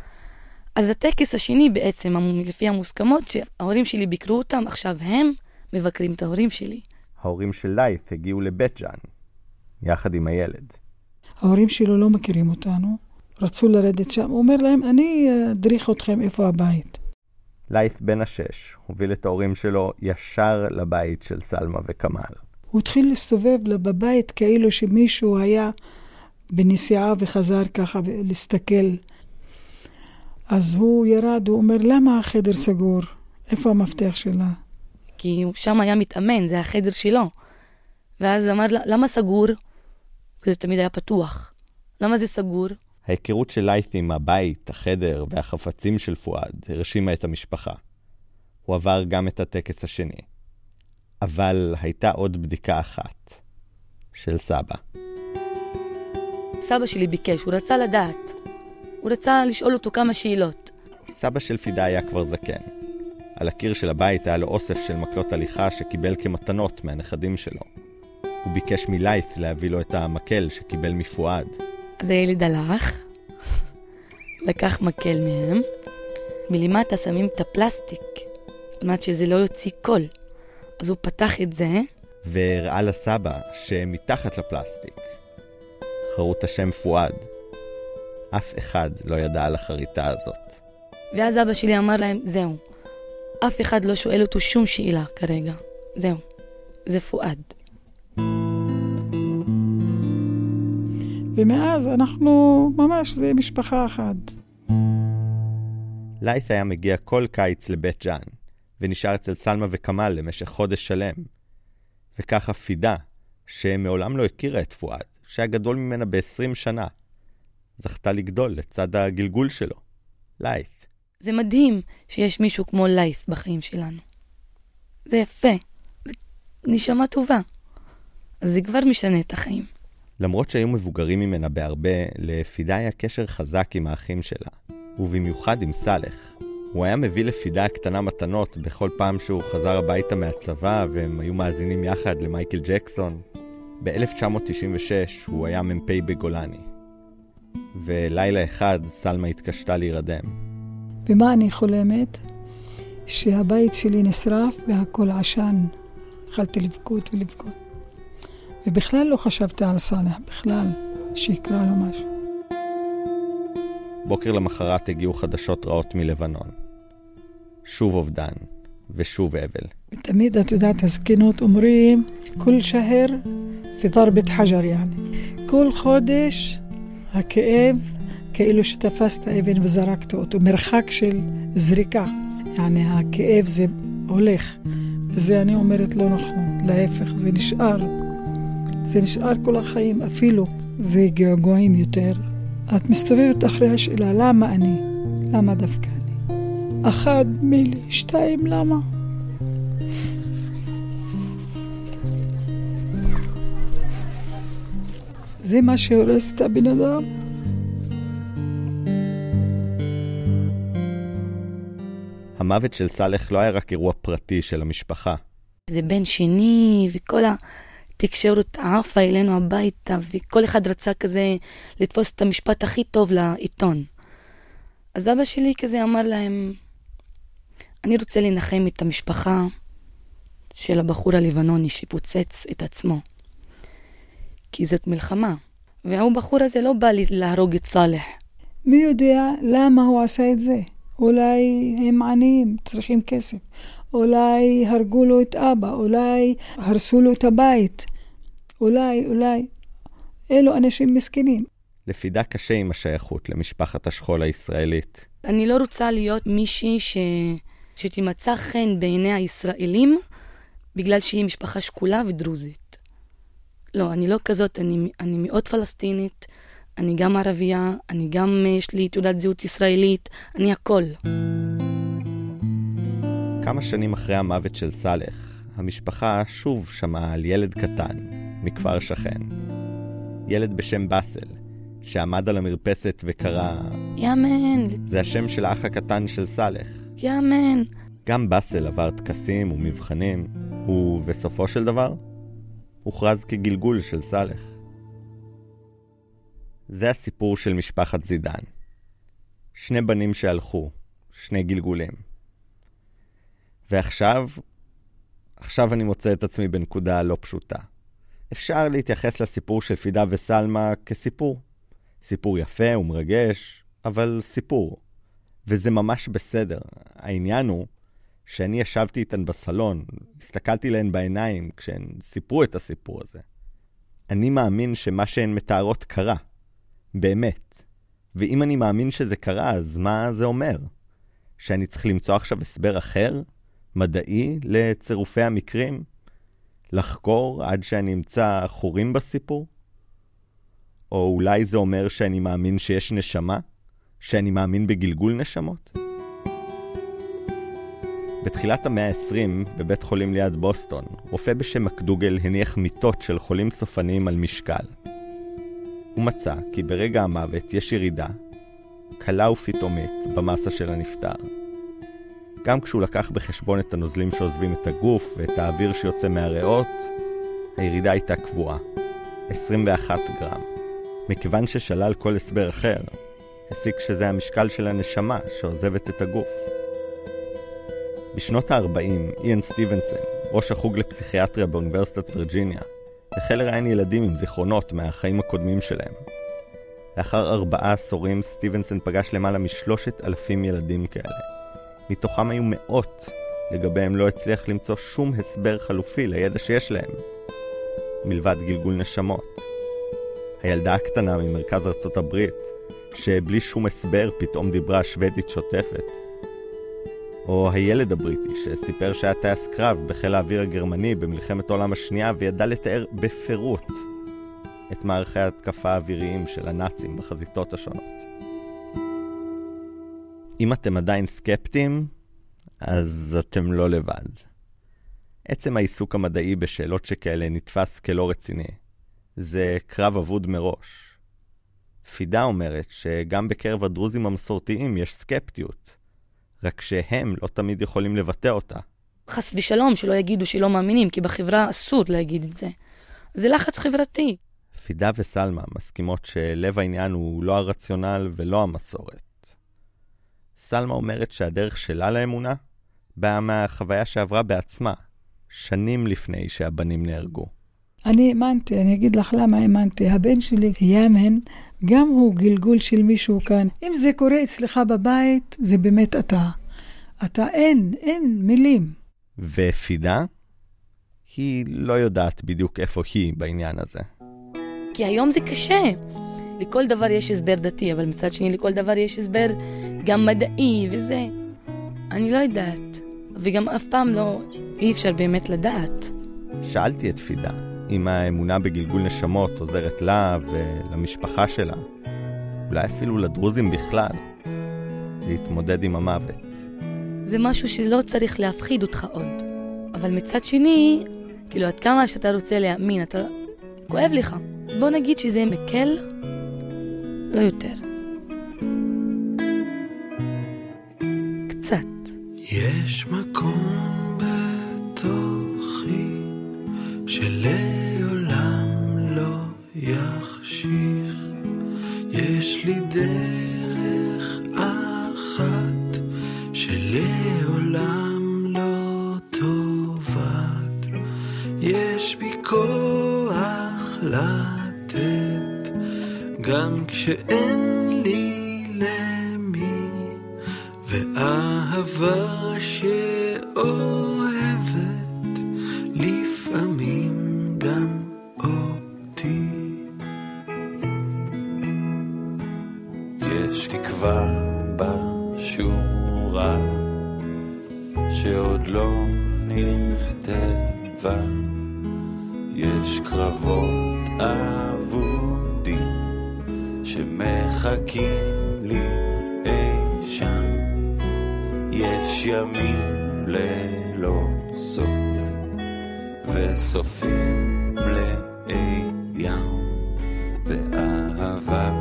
אז הטקס השני בעצם, לפי המוסכמות, שההורים שלי ביקרו אותם, עכשיו הם מבקרים את ההורים שלי. ההורים של לייף הגיעו לבית ג'אן, יחד עם הילד. ההורים שלו לא מכירים אותנו, רצו לרדת שם. הוא אומר להם, אני אדריך אתכם איפה הבית. לייף בן השש הוביל את ההורים שלו ישר לבית של סלמה וכמאל. הוא התחיל להסתובב בבית כאילו שמישהו היה בנסיעה וחזר ככה להסתכל. אז הוא ירד, הוא אומר, למה החדר סגור? איפה המפתח שלה? כי הוא שם היה מתאמן, זה החדר שלו. ואז אמר, למה סגור? כי זה תמיד היה פתוח. למה זה סגור? ההיכרות של לייף עם הבית, החדר והחפצים של פואד הרשימה את המשפחה. הוא עבר גם את הטקס השני. אבל הייתה עוד בדיקה אחת, של סבא. סבא שלי ביקש, הוא רצה לדעת. הוא רצה לשאול אותו כמה שאלות. סבא של פידה היה כבר זקן. על הקיר של הבית היה לו אוסף של מקלות הליכה שקיבל כמתנות מהנכדים שלו. הוא ביקש מלייף להביא לו את המקל שקיבל מפואד. אז הילד הלך, לקח מקל מהם, מלמטה שמים את הפלסטיק, על מנת שזה לא יוציא קול. אז הוא פתח את זה, והראה לסבא שמתחת לפלסטיק חרוט השם פואד. אף אחד לא ידע על החריטה הזאת. ואז אבא שלי אמר להם, זהו, אף אחד לא שואל אותו שום שאלה כרגע. זהו, זה פואד. ומאז אנחנו ממש, זה משפחה אחת. לייף היה מגיע כל קיץ לבית ג'אן, ונשאר אצל סלמה וכמאל למשך חודש שלם. וככה פידה, שמעולם לא הכירה את פואד, שהיה גדול ממנה ב-עשרים שנה, זכתה לגדול לצד הגלגול שלו, לייף. זה מדהים שיש מישהו כמו לייף בחיים שלנו. זה יפה, זה נשמה טובה. אז זה כבר משנה את החיים. למרות שהיו מבוגרים ממנה בהרבה, לפידה היה קשר חזק עם האחים שלה, ובמיוחד עם סלח. הוא היה מביא לפידה הקטנה מתנות בכל פעם שהוא חזר הביתה מהצבא, והם היו מאזינים יחד למייקל ג'קסון. ב-אלף תשע מאות תשעים ושש הוא היה ממפי בגולני. ולילה אחד סלמה התקשתה להירדם. ומה אני חולמת? שהבית שלי נשרף והכל עשן. התחלתי לבכות ולבכות. ובכלל לא חשבתי על סלח, בכלל, שיקרה לו משהו. בוקר למחרת הגיעו חדשות רעות מלבנון. שוב אובדן ושוב אבל. תמיד את יודעת, הזקנות אומרים, כל שהר ודרבת חג'ר, يعني. כל חודש הכאב כאילו שתפסת אבן וזרקת אותו, מרחק של זריקה. يعني הכאב זה הולך. וזה אני אומרת לא נכון, להפך, זה נשאר. זה נשאר כל החיים, אפילו זה געגועים יותר. את מסתובבת אחרי השאלה, למה אני? למה דווקא אני? אחד, מילי, שתיים, למה? זה מה שהורס את הבן אדם. המוות של סלח לא היה רק אירוע פרטי של המשפחה. זה בן שני, וכל התקשורת עפה אלינו הביתה, וכל אחד רצה כזה לתפוס את המשפט הכי טוב לעיתון. אז אבא שלי כזה אמר להם, אני רוצה לנחם את המשפחה של הבחור הלבנוני שפוצץ את עצמו. כי זאת מלחמה. והבחור הזה לא בא להרוג את סלח. מי יודע למה הוא עשה את זה? אולי הם עניים, צריכים כסף. אולי הרגו לו את אבא, אולי הרסו לו את הבית. אולי, אולי. אלו אנשים מסכנים. לפידה קשה עם השייכות למשפחת השכול הישראלית. אני לא רוצה להיות מישהי ש... שתמצא חן בעיני הישראלים, בגלל שהיא משפחה שקולה ודרוזית. לא, אני לא כזאת, אני, אני מאוד פלסטינית, אני גם ערבייה, אני גם, יש לי תעודת זהות ישראלית, אני הכל. כמה שנים אחרי המוות של סלח, המשפחה שוב שמעה על ילד קטן, מכפר שכן. ילד בשם בסל, שעמד על המרפסת וקרא... יאמן. זה השם של האח הקטן של סלח. יאמן. גם בסל עבר תקסים ומבחנים, ובסופו של דבר, הוכרז כגלגול של סלח. זה הסיפור של משפחת זידן. שני בנים שהלכו, שני גלגולים. ועכשיו, עכשיו אני מוצא את עצמי בנקודה לא פשוטה. אפשר להתייחס לסיפור של פידה וסלמה כסיפור. סיפור יפה ומרגש, אבל סיפור. וזה ממש בסדר. העניין הוא שאני ישבתי איתן בסלון, הסתכלתי להן בעיניים כשהן סיפרו את הסיפור הזה. אני מאמין שמה שהן מתארות קרה. באמת. ואם אני מאמין שזה קרה, אז מה זה אומר? שאני צריך למצוא עכשיו הסבר אחר, מדעי, לצירופי המקרים? לחקור עד שאני אמצא חורים בסיפור? או אולי זה אומר שאני מאמין שיש נשמה? שאני מאמין בגלגול נשמות? בתחילת המאה ה-עשרים, בבית חולים ליד בוסטון, רופא בשם מקדוגל הניח מיטות של חולים סופניים על משקל. הוא מצא כי ברגע המוות יש ירידה, קלה ופתאומית, במסה של הנפטר. גם כשהוא לקח בחשבון את הנוזלים שעוזבים את הגוף ואת האוויר שיוצא מהריאות, הירידה הייתה קבועה, עשרים ואחד גרם. מכיוון ששלל כל הסבר אחר, הסיק שזה המשקל של הנשמה שעוזבת את הגוף. בשנות ה-ארבעים, איאן סטיבנסון, ראש החוג לפסיכיאטריה באוניברסיטת וירג'יניה, החל לראיין ילדים עם זיכרונות מהחיים הקודמים שלהם. לאחר ארבעה עשורים, סטיבנסון פגש למעלה משלושת אלפים ילדים כאלה. מתוכם היו מאות, לגביהם לא הצליח למצוא שום הסבר חלופי לידע שיש להם, מלבד גלגול נשמות. הילדה הקטנה ממרכז ארצות הברית, שבלי שום הסבר פתאום דיברה שוודית שוטפת. או הילד הבריטי שסיפר שהיה טייס קרב בחיל האוויר הגרמני במלחמת העולם השנייה וידע לתאר בפירוט את מערכי ההתקפה האוויריים של הנאצים בחזיתות השונות. אם אתם עדיין סקפטיים, אז אתם לא לבד. עצם העיסוק המדעי בשאלות שכאלה נתפס כלא רציני. זה קרב אבוד מראש. פידה אומרת שגם בקרב הדרוזים המסורתיים יש סקפטיות, רק שהם לא תמיד יכולים לבטא אותה. חס ושלום שלא יגידו שלא מאמינים, כי בחברה אסור להגיד את זה. זה לחץ חברתי. פידה וסלמה מסכימות שלב העניין הוא לא הרציונל ולא המסורת. סלמה אומרת שהדרך שלה לאמונה באה מהחוויה שעברה בעצמה, שנים לפני שהבנים נהרגו. אני האמנתי, אני אגיד לך למה האמנתי. הבן שלי, יאמן, גם הוא גלגול של מישהו כאן. אם זה קורה אצלך בבית, זה באמת אתה. אתה אין, אין מילים. ופידה? היא לא יודעת בדיוק איפה היא בעניין הזה. כי היום זה קשה. לכל דבר יש הסבר דתי, אבל מצד שני לכל דבר יש הסבר גם מדעי וזה. אני לא יודעת. וגם אף פעם לא, אי אפשר באמת לדעת. שאלתי את פידה אם האמונה בגלגול נשמות עוזרת לה ולמשפחה שלה, אולי אפילו לדרוזים בכלל, להתמודד עם המוות. זה משהו שלא צריך להפחיד אותך עוד. אבל מצד שני, כאילו עד כמה שאתה רוצה להאמין, אתה כואב לך. בוא נגיד שזה מקל, לא יותר. קצת. יש מקום בתוכי שלעולם לא יחשיך. יש לי דרך אחת שלעולם לא תובד. יש בי כוח לתת גם כשאין לי למי, ואהבה שאוהבת לפעמים גם אותי. יש תקווה בשורה שעוד לא נכתבה, יש קרבות אבודים שמחכים לי אי שם, יש ימים ללא סוף וסופים לים, ואהבה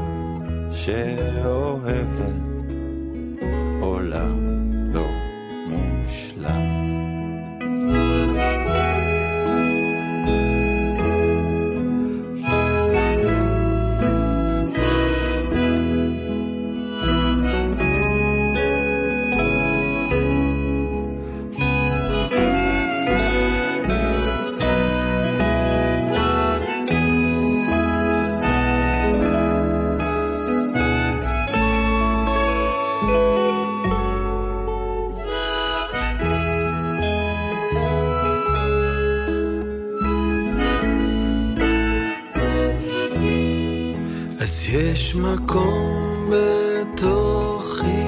שאוהבת עולם לא מושלם. יש מקום בתוכי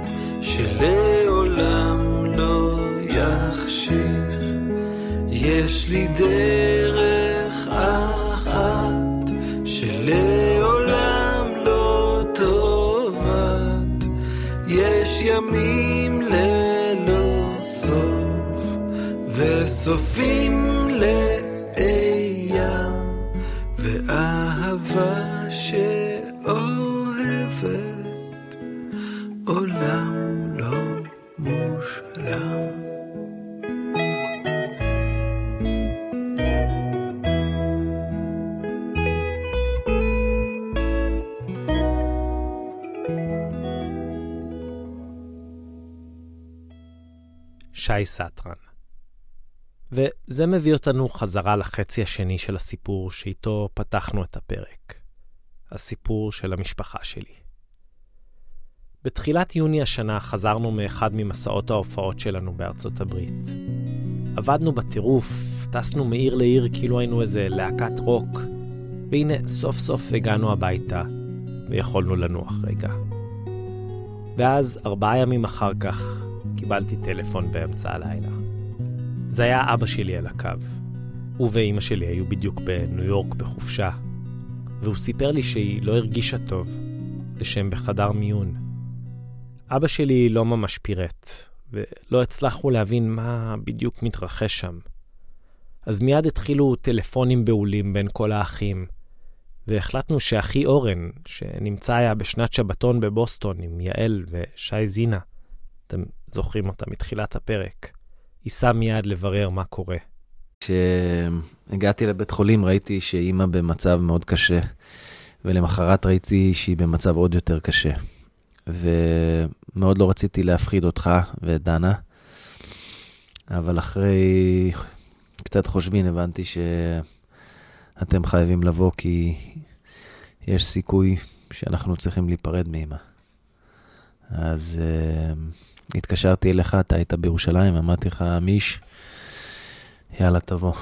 שלעולם לא יחשיך, יש לי דרך אחת שלעולם לא תאבד, יש ימים ללא סוף וסופים לאיים, ואהבה שאוהבת עולם לא מושלם. שי סטרן. וזה מביא אותנו חזרה לחצי השני של הסיפור שאיתו פתחנו את הפרק. הסיפור של המשפחה שלי. בתחילת יוני השנה חזרנו מאחד ממסעות ההופעות שלנו בארצות הברית. עבדנו בטירוף, טסנו מעיר לעיר כאילו היינו איזה להקת רוק, והנה סוף סוף הגענו הביתה ויכולנו לנוח רגע. ואז ארבעה ימים אחר כך קיבלתי טלפון באמצע הלילה. זה היה אבא שלי על הקו. הוא ואמא שלי היו בדיוק בניו יורק בחופשה, והוא סיפר לי שהיא לא הרגישה טוב, ושהם בחדר מיון. אבא שלי לא ממש פירט, ולא הצלחנו להבין מה בדיוק מתרחש שם. אז מיד התחילו טלפונים בעולים בין כל האחים, והחלטנו שאחי אורן, שנמצא היה בשנת שבתון בבוסטון עם יעל ושי זינה, אתם זוכרים אותה מתחילת הפרק, ייסע מיד לברר מה קורה. כשהגעתי לבית חולים ראיתי שאימא במצב מאוד קשה, ולמחרת ראיתי שהיא במצב עוד יותר קשה. ומאוד לא רציתי להפחיד אותך ואת דנה, אבל אחרי קצת חושבים הבנתי שאתם חייבים לבוא, כי יש סיכוי שאנחנו צריכים להיפרד מאמא. אז uh, התקשרתי אליך, אתה היית בירושלים, אמרתי לך, מיש, יאללה תבוא.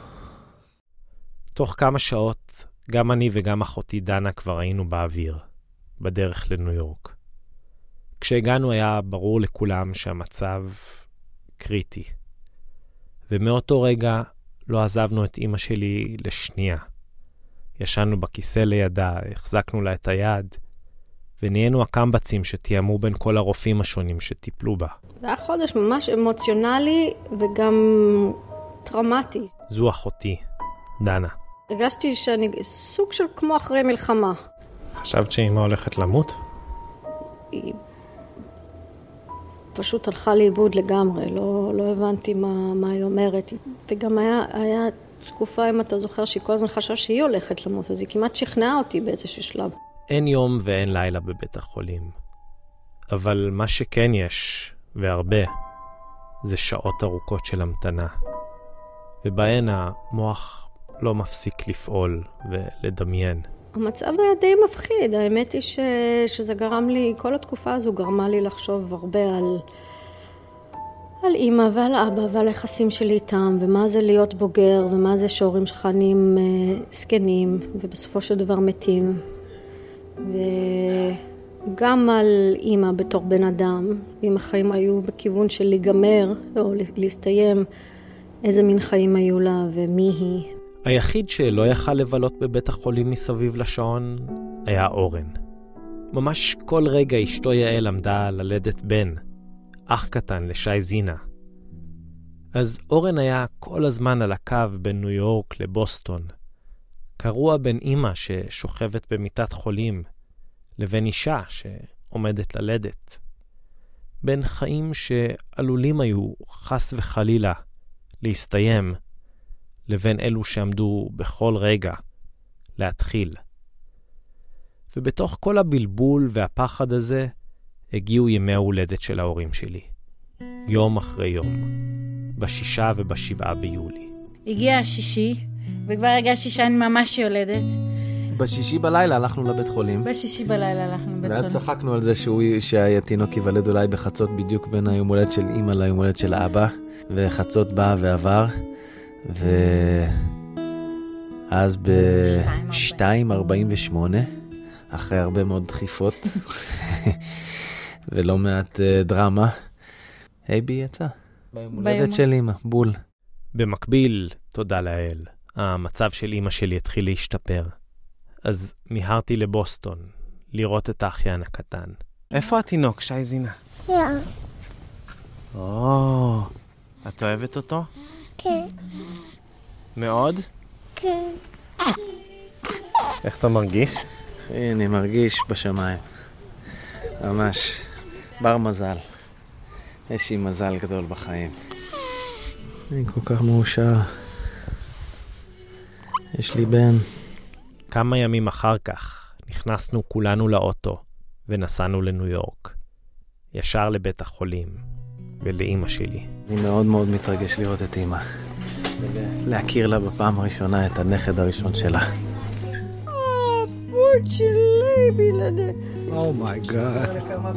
תוך כמה שעות, גם אני וגם אחותי דנה כבר היינו באוויר, בדרך לניו יורק. כשהגענו היה ברור לכולם שהמצב קריטי. ומאותו רגע לא עזבנו את אמא שלי לשנייה. ישנו בכיסא לידה, החזקנו לה את היד, ונהיינו הקמבצים שתיאמו בין כל הרופאים השונים שטיפלו בה. זה היה חודש ממש אמוציונלי וגם טראומטי. זו אחותי, דנה. הרגשתי שאני סוג של כמו אחרי מלחמה. חשבת שאמא הולכת למות? היא פשוט הלכה לאיבוד לגמרי, לא, לא הבנתי מה, מה היא אומרת. וגם היה, היה תקופה, אם אתה זוכר, שהיא כל הזמן חשבה שהיא הולכת למות, אז היא כמעט שכנעה אותי באיזשהו שלב. אין יום ואין לילה בבית החולים. אבל מה שכן יש, והרבה, זה שעות ארוכות של המתנה. ובהן המוח לא מפסיק לפעול ולדמיין. המצב היה די מפחיד, האמת היא ש... שזה גרם לי, כל התקופה הזו גרמה לי לחשוב הרבה על, על אמא ועל אבא ועל היחסים שלי איתם, ומה זה להיות בוגר, ומה זה שהורים שלך נהיים סקנים, ובסופו של דבר מתים. וגם על אמא בתור בן אדם, אם החיים היו בכיוון של להיגמר או להסתיים, איזה מין חיים היו לה ומי היא. היחיד שלא יכל לבלות בבית החולים מסביב לשעון היה אורן. ממש כל רגע אשתו יעל עמדה ללדת בן, אח קטן לשי זינה. אז אורן היה כל הזמן על הקו בין ניו יורק לבוסטון. קרוע בין אמא ששוכבת במיטת חולים, לבין אישה שעומדת ללדת. בין חיים שעלולים היו חס וחלילה להסתיים, לבין אלו שעמדו בכל רגע להתחיל. ובתוך כל הבלבול והפחד הזה, הגיעו ימי ההולדת של ההורים שלי. יום אחרי יום. בשישה ובשבעה ביולי. הגיע השישי, וכבר הרגשתי שאני ממש יולדת. בשישי בלילה הלכנו לבית חולים. בשישי בלילה הלכנו לבית חולים. ואז צחקנו על זה שהוא, שהתינוק ייוולד אולי בחצות בדיוק בין היום הולדת של אמא ליום הולדת של אבא, וחצות בא ועבר, ואז ב-שתיים ארבעים ושמונה אחרי הרבה מאוד דחיפות, ולא מעט uh, דרמה. אייבי יצא. ביום הולדת של אמא, בול. במקביל, תודה לאל, המצב של אמא שלי התחיל להשתפר. אז מיהרתי לבוסטון, לראות את האחיין הקטן. איפה התינוק, שי זינה? לא. או, את אוהבת אותו? כן. מאוד? כן. איך אתה מרגיש? אני מרגיש בשמיים. ממש בר מזל. יש לי מזל גדול בחיים. אני כל כך מאושר. יש לי בן. כמה ימים אחר כך נכנסנו כולנו לאוטו ונסענו לניו יורק. ישר לבית החולים ולאמא שלי. אני מאוד מאוד מתרגש לראות את אמא. להכיר לה בפעם הראשונה את הנכד הראשון שלה. פורצ'לי בלעדי. Oh my God.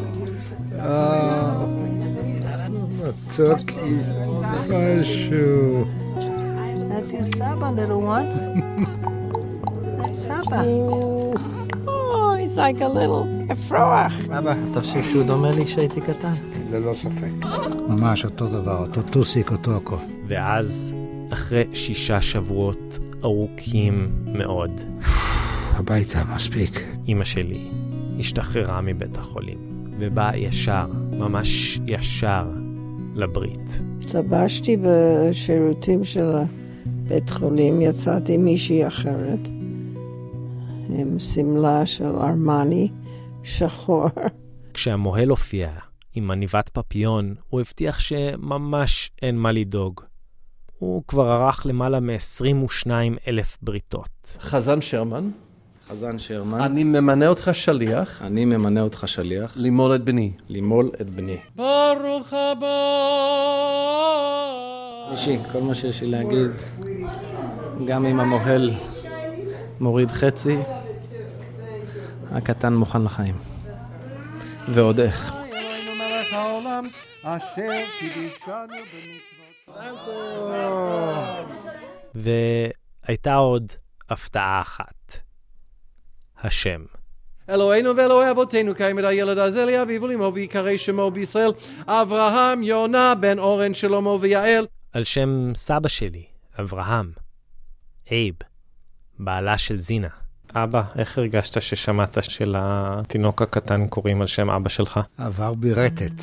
Oh, מתוקי, משהו. That's your Saba, little one. That's Saba. Oh, he's like a little אפרוח. אבא, אתה חושב שהוא דומה לי כשהייתי קטן? ללא ספק. ממש אותו דבר, אותו טוסיק, אותו הכל. ואז, אחרי שישה שבועות ארוכים מאוד, הביתה, מספיק. אמא שלי השתחררה מבית החולים, ובאה ישר, ממש ישר, לברית. התלבשתי בשירותים של בית חולים, יצאתי מישהי אחרת, עם סמלה של ארמני, שחור. כשהמוהל הופיע עם מניבת פפיון, הוא הבטיח שממש אין מה לדאוג. הוא כבר ערך למעלה מ-עשרים ושניים אלף בריתות. חזן שרמן. חזן שרמן. אני ממנה אותך שליח. אני ממנה אותך שליח. למול את בני. למול את בני. ברוך הבא. מישי, כל מה שיש לי להגיד, גם אם המוהל מוריד חצי, הקטן מוכן לחיים. ועוד איך. והייתה עוד הפתעה אחת. השם. אלוהינו ואלוהי אבותינו קיים את הילד הזה לאביו ולאמו ויקרא שמו בישראל אברהם יונה בן אורן שלמה ויעל. על שם סבא שלי, אברהם. אייב, בעלה של זינה. אבא, איך הרגשת ששמעת של התינוק הקטן קוראים על שם אבא שלך? עבר בירטת.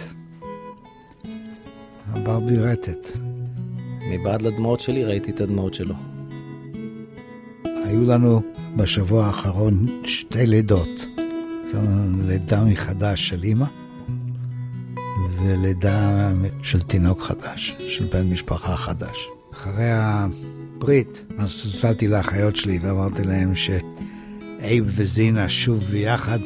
עבר בירטת. מבעד לדמעות שלי ראיתי את הדמעות שלו. היו לנו בשבוע האחרון שתי לידות. לידה מחדש של אמא, ולידה של תינוק חדש, של בן משפחה חדש. אחרי הברית, אז סלתי לאחיות שלי ואמרתי להם שאייב וזינה שוב ביחד.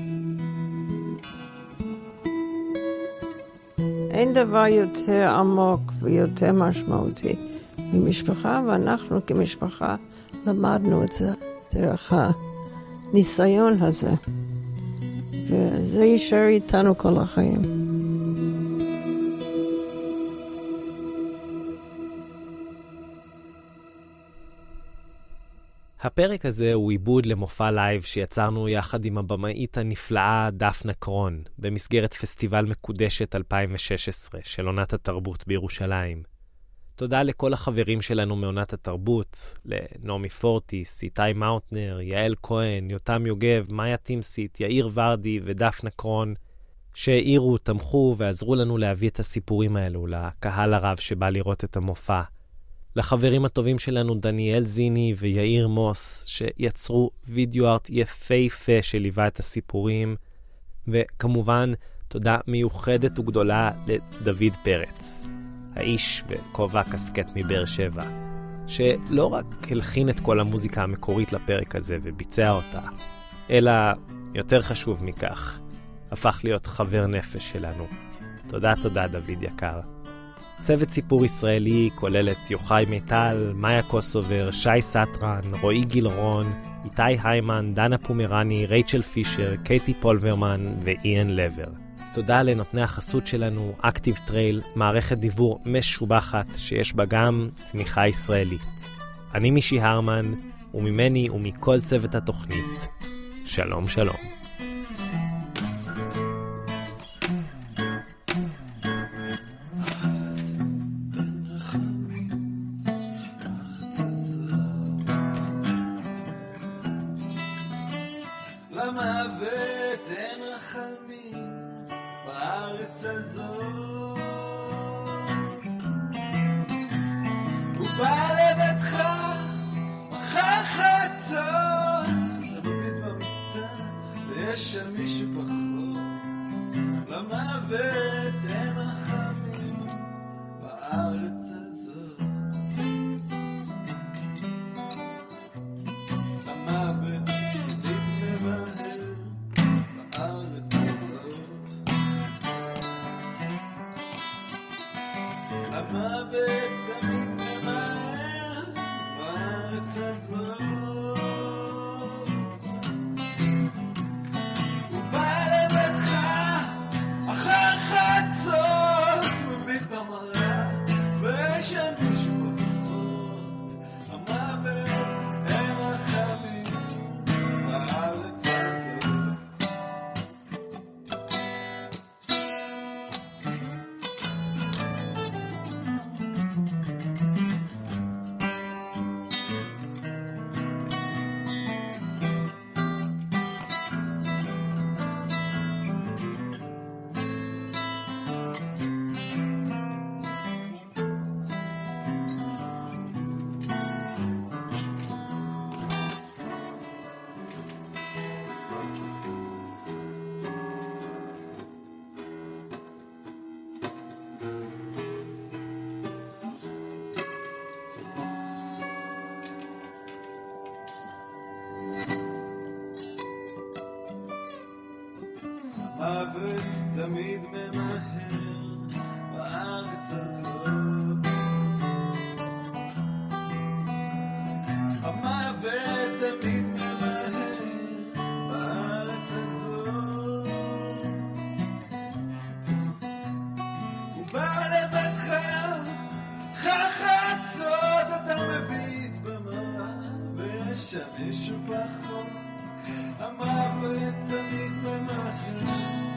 אין דבר יותר עמוק ויותר משמעותי ממשפחה, ואנחנו כמשפחה למדנו את זה דרך הניסיון הזה. וזה יישאר איתנו כל החיים. הפרק הזה הוא עיבוד למופע לייב שיצרנו יחד עם הבמאית הנפלאה דפנה קרון, במסגרת פסטיבל מקודשת אלפיים ושש עשרה של עונת התרבות בירושלים. תודה לכל החברים שלנו מעונת התרבות, לנעמי פורטיס, איתי מאוטנר, יעל כהן, יותם יוגב, מאיה טימסית, יאיר ורדי ודפנה קרון, שהעירו, תמכו ועזרו לנו להביא את הסיפורים האלו לקהל הרב שבא לראות את המופע. לחברים הטובים שלנו דניאל זיני ויאיר מוס, שיצרו וידאו ארט יפהפה שליווה את הסיפורים, וכמובן תודה מיוחדת וגדולה לדוד פרץ, האיש וכובע קסקט מבאר שבע, שלא רק הלחין את כל המוזיקה המקורית לפרק הזה וביצע אותה, אלא יותר חשוב מכך, הפך להיות חבר נפש שלנו. תודה תודה דוד יקר. צוות סיפור ישראלי כולל את יוחאי מיטל, מאיה קוסובר, שי סטרן, רועי גילרון, איתי היימן, דנה פומרני, רייצ'ל פישר, קייטי פולברמן ואיין לבר. תודה לנותני החסות שלנו, אקטיב טרייל, מערכת דיבור משובחת שיש בה גם תמיכה ישראלית. אני מישי הרמן, וממני ומכל צוות התוכנית, שלום שלום. למוות אין רחמים בארץ הזאת, הוא בא לביתך אחר חצות, אתה מביט במיטה ויש שם מישהו פחות. למוות אין רחמים בארץ הזאת, למוות המוות תמיד ממהר בארץ הזאת, הוא בא לביתך אחר חצות, מביט במראה ויש שם מישהו פחות. המוות אין רחמים בארץ הזאת. המוות תמיד ממהר בארץ הזאת, המוות תמיד ממהר בארץ הזאת, הוא בא לביתך חצות, אתה מביט במראה ויש שם מישהו פחות. המוות תמיד ממהר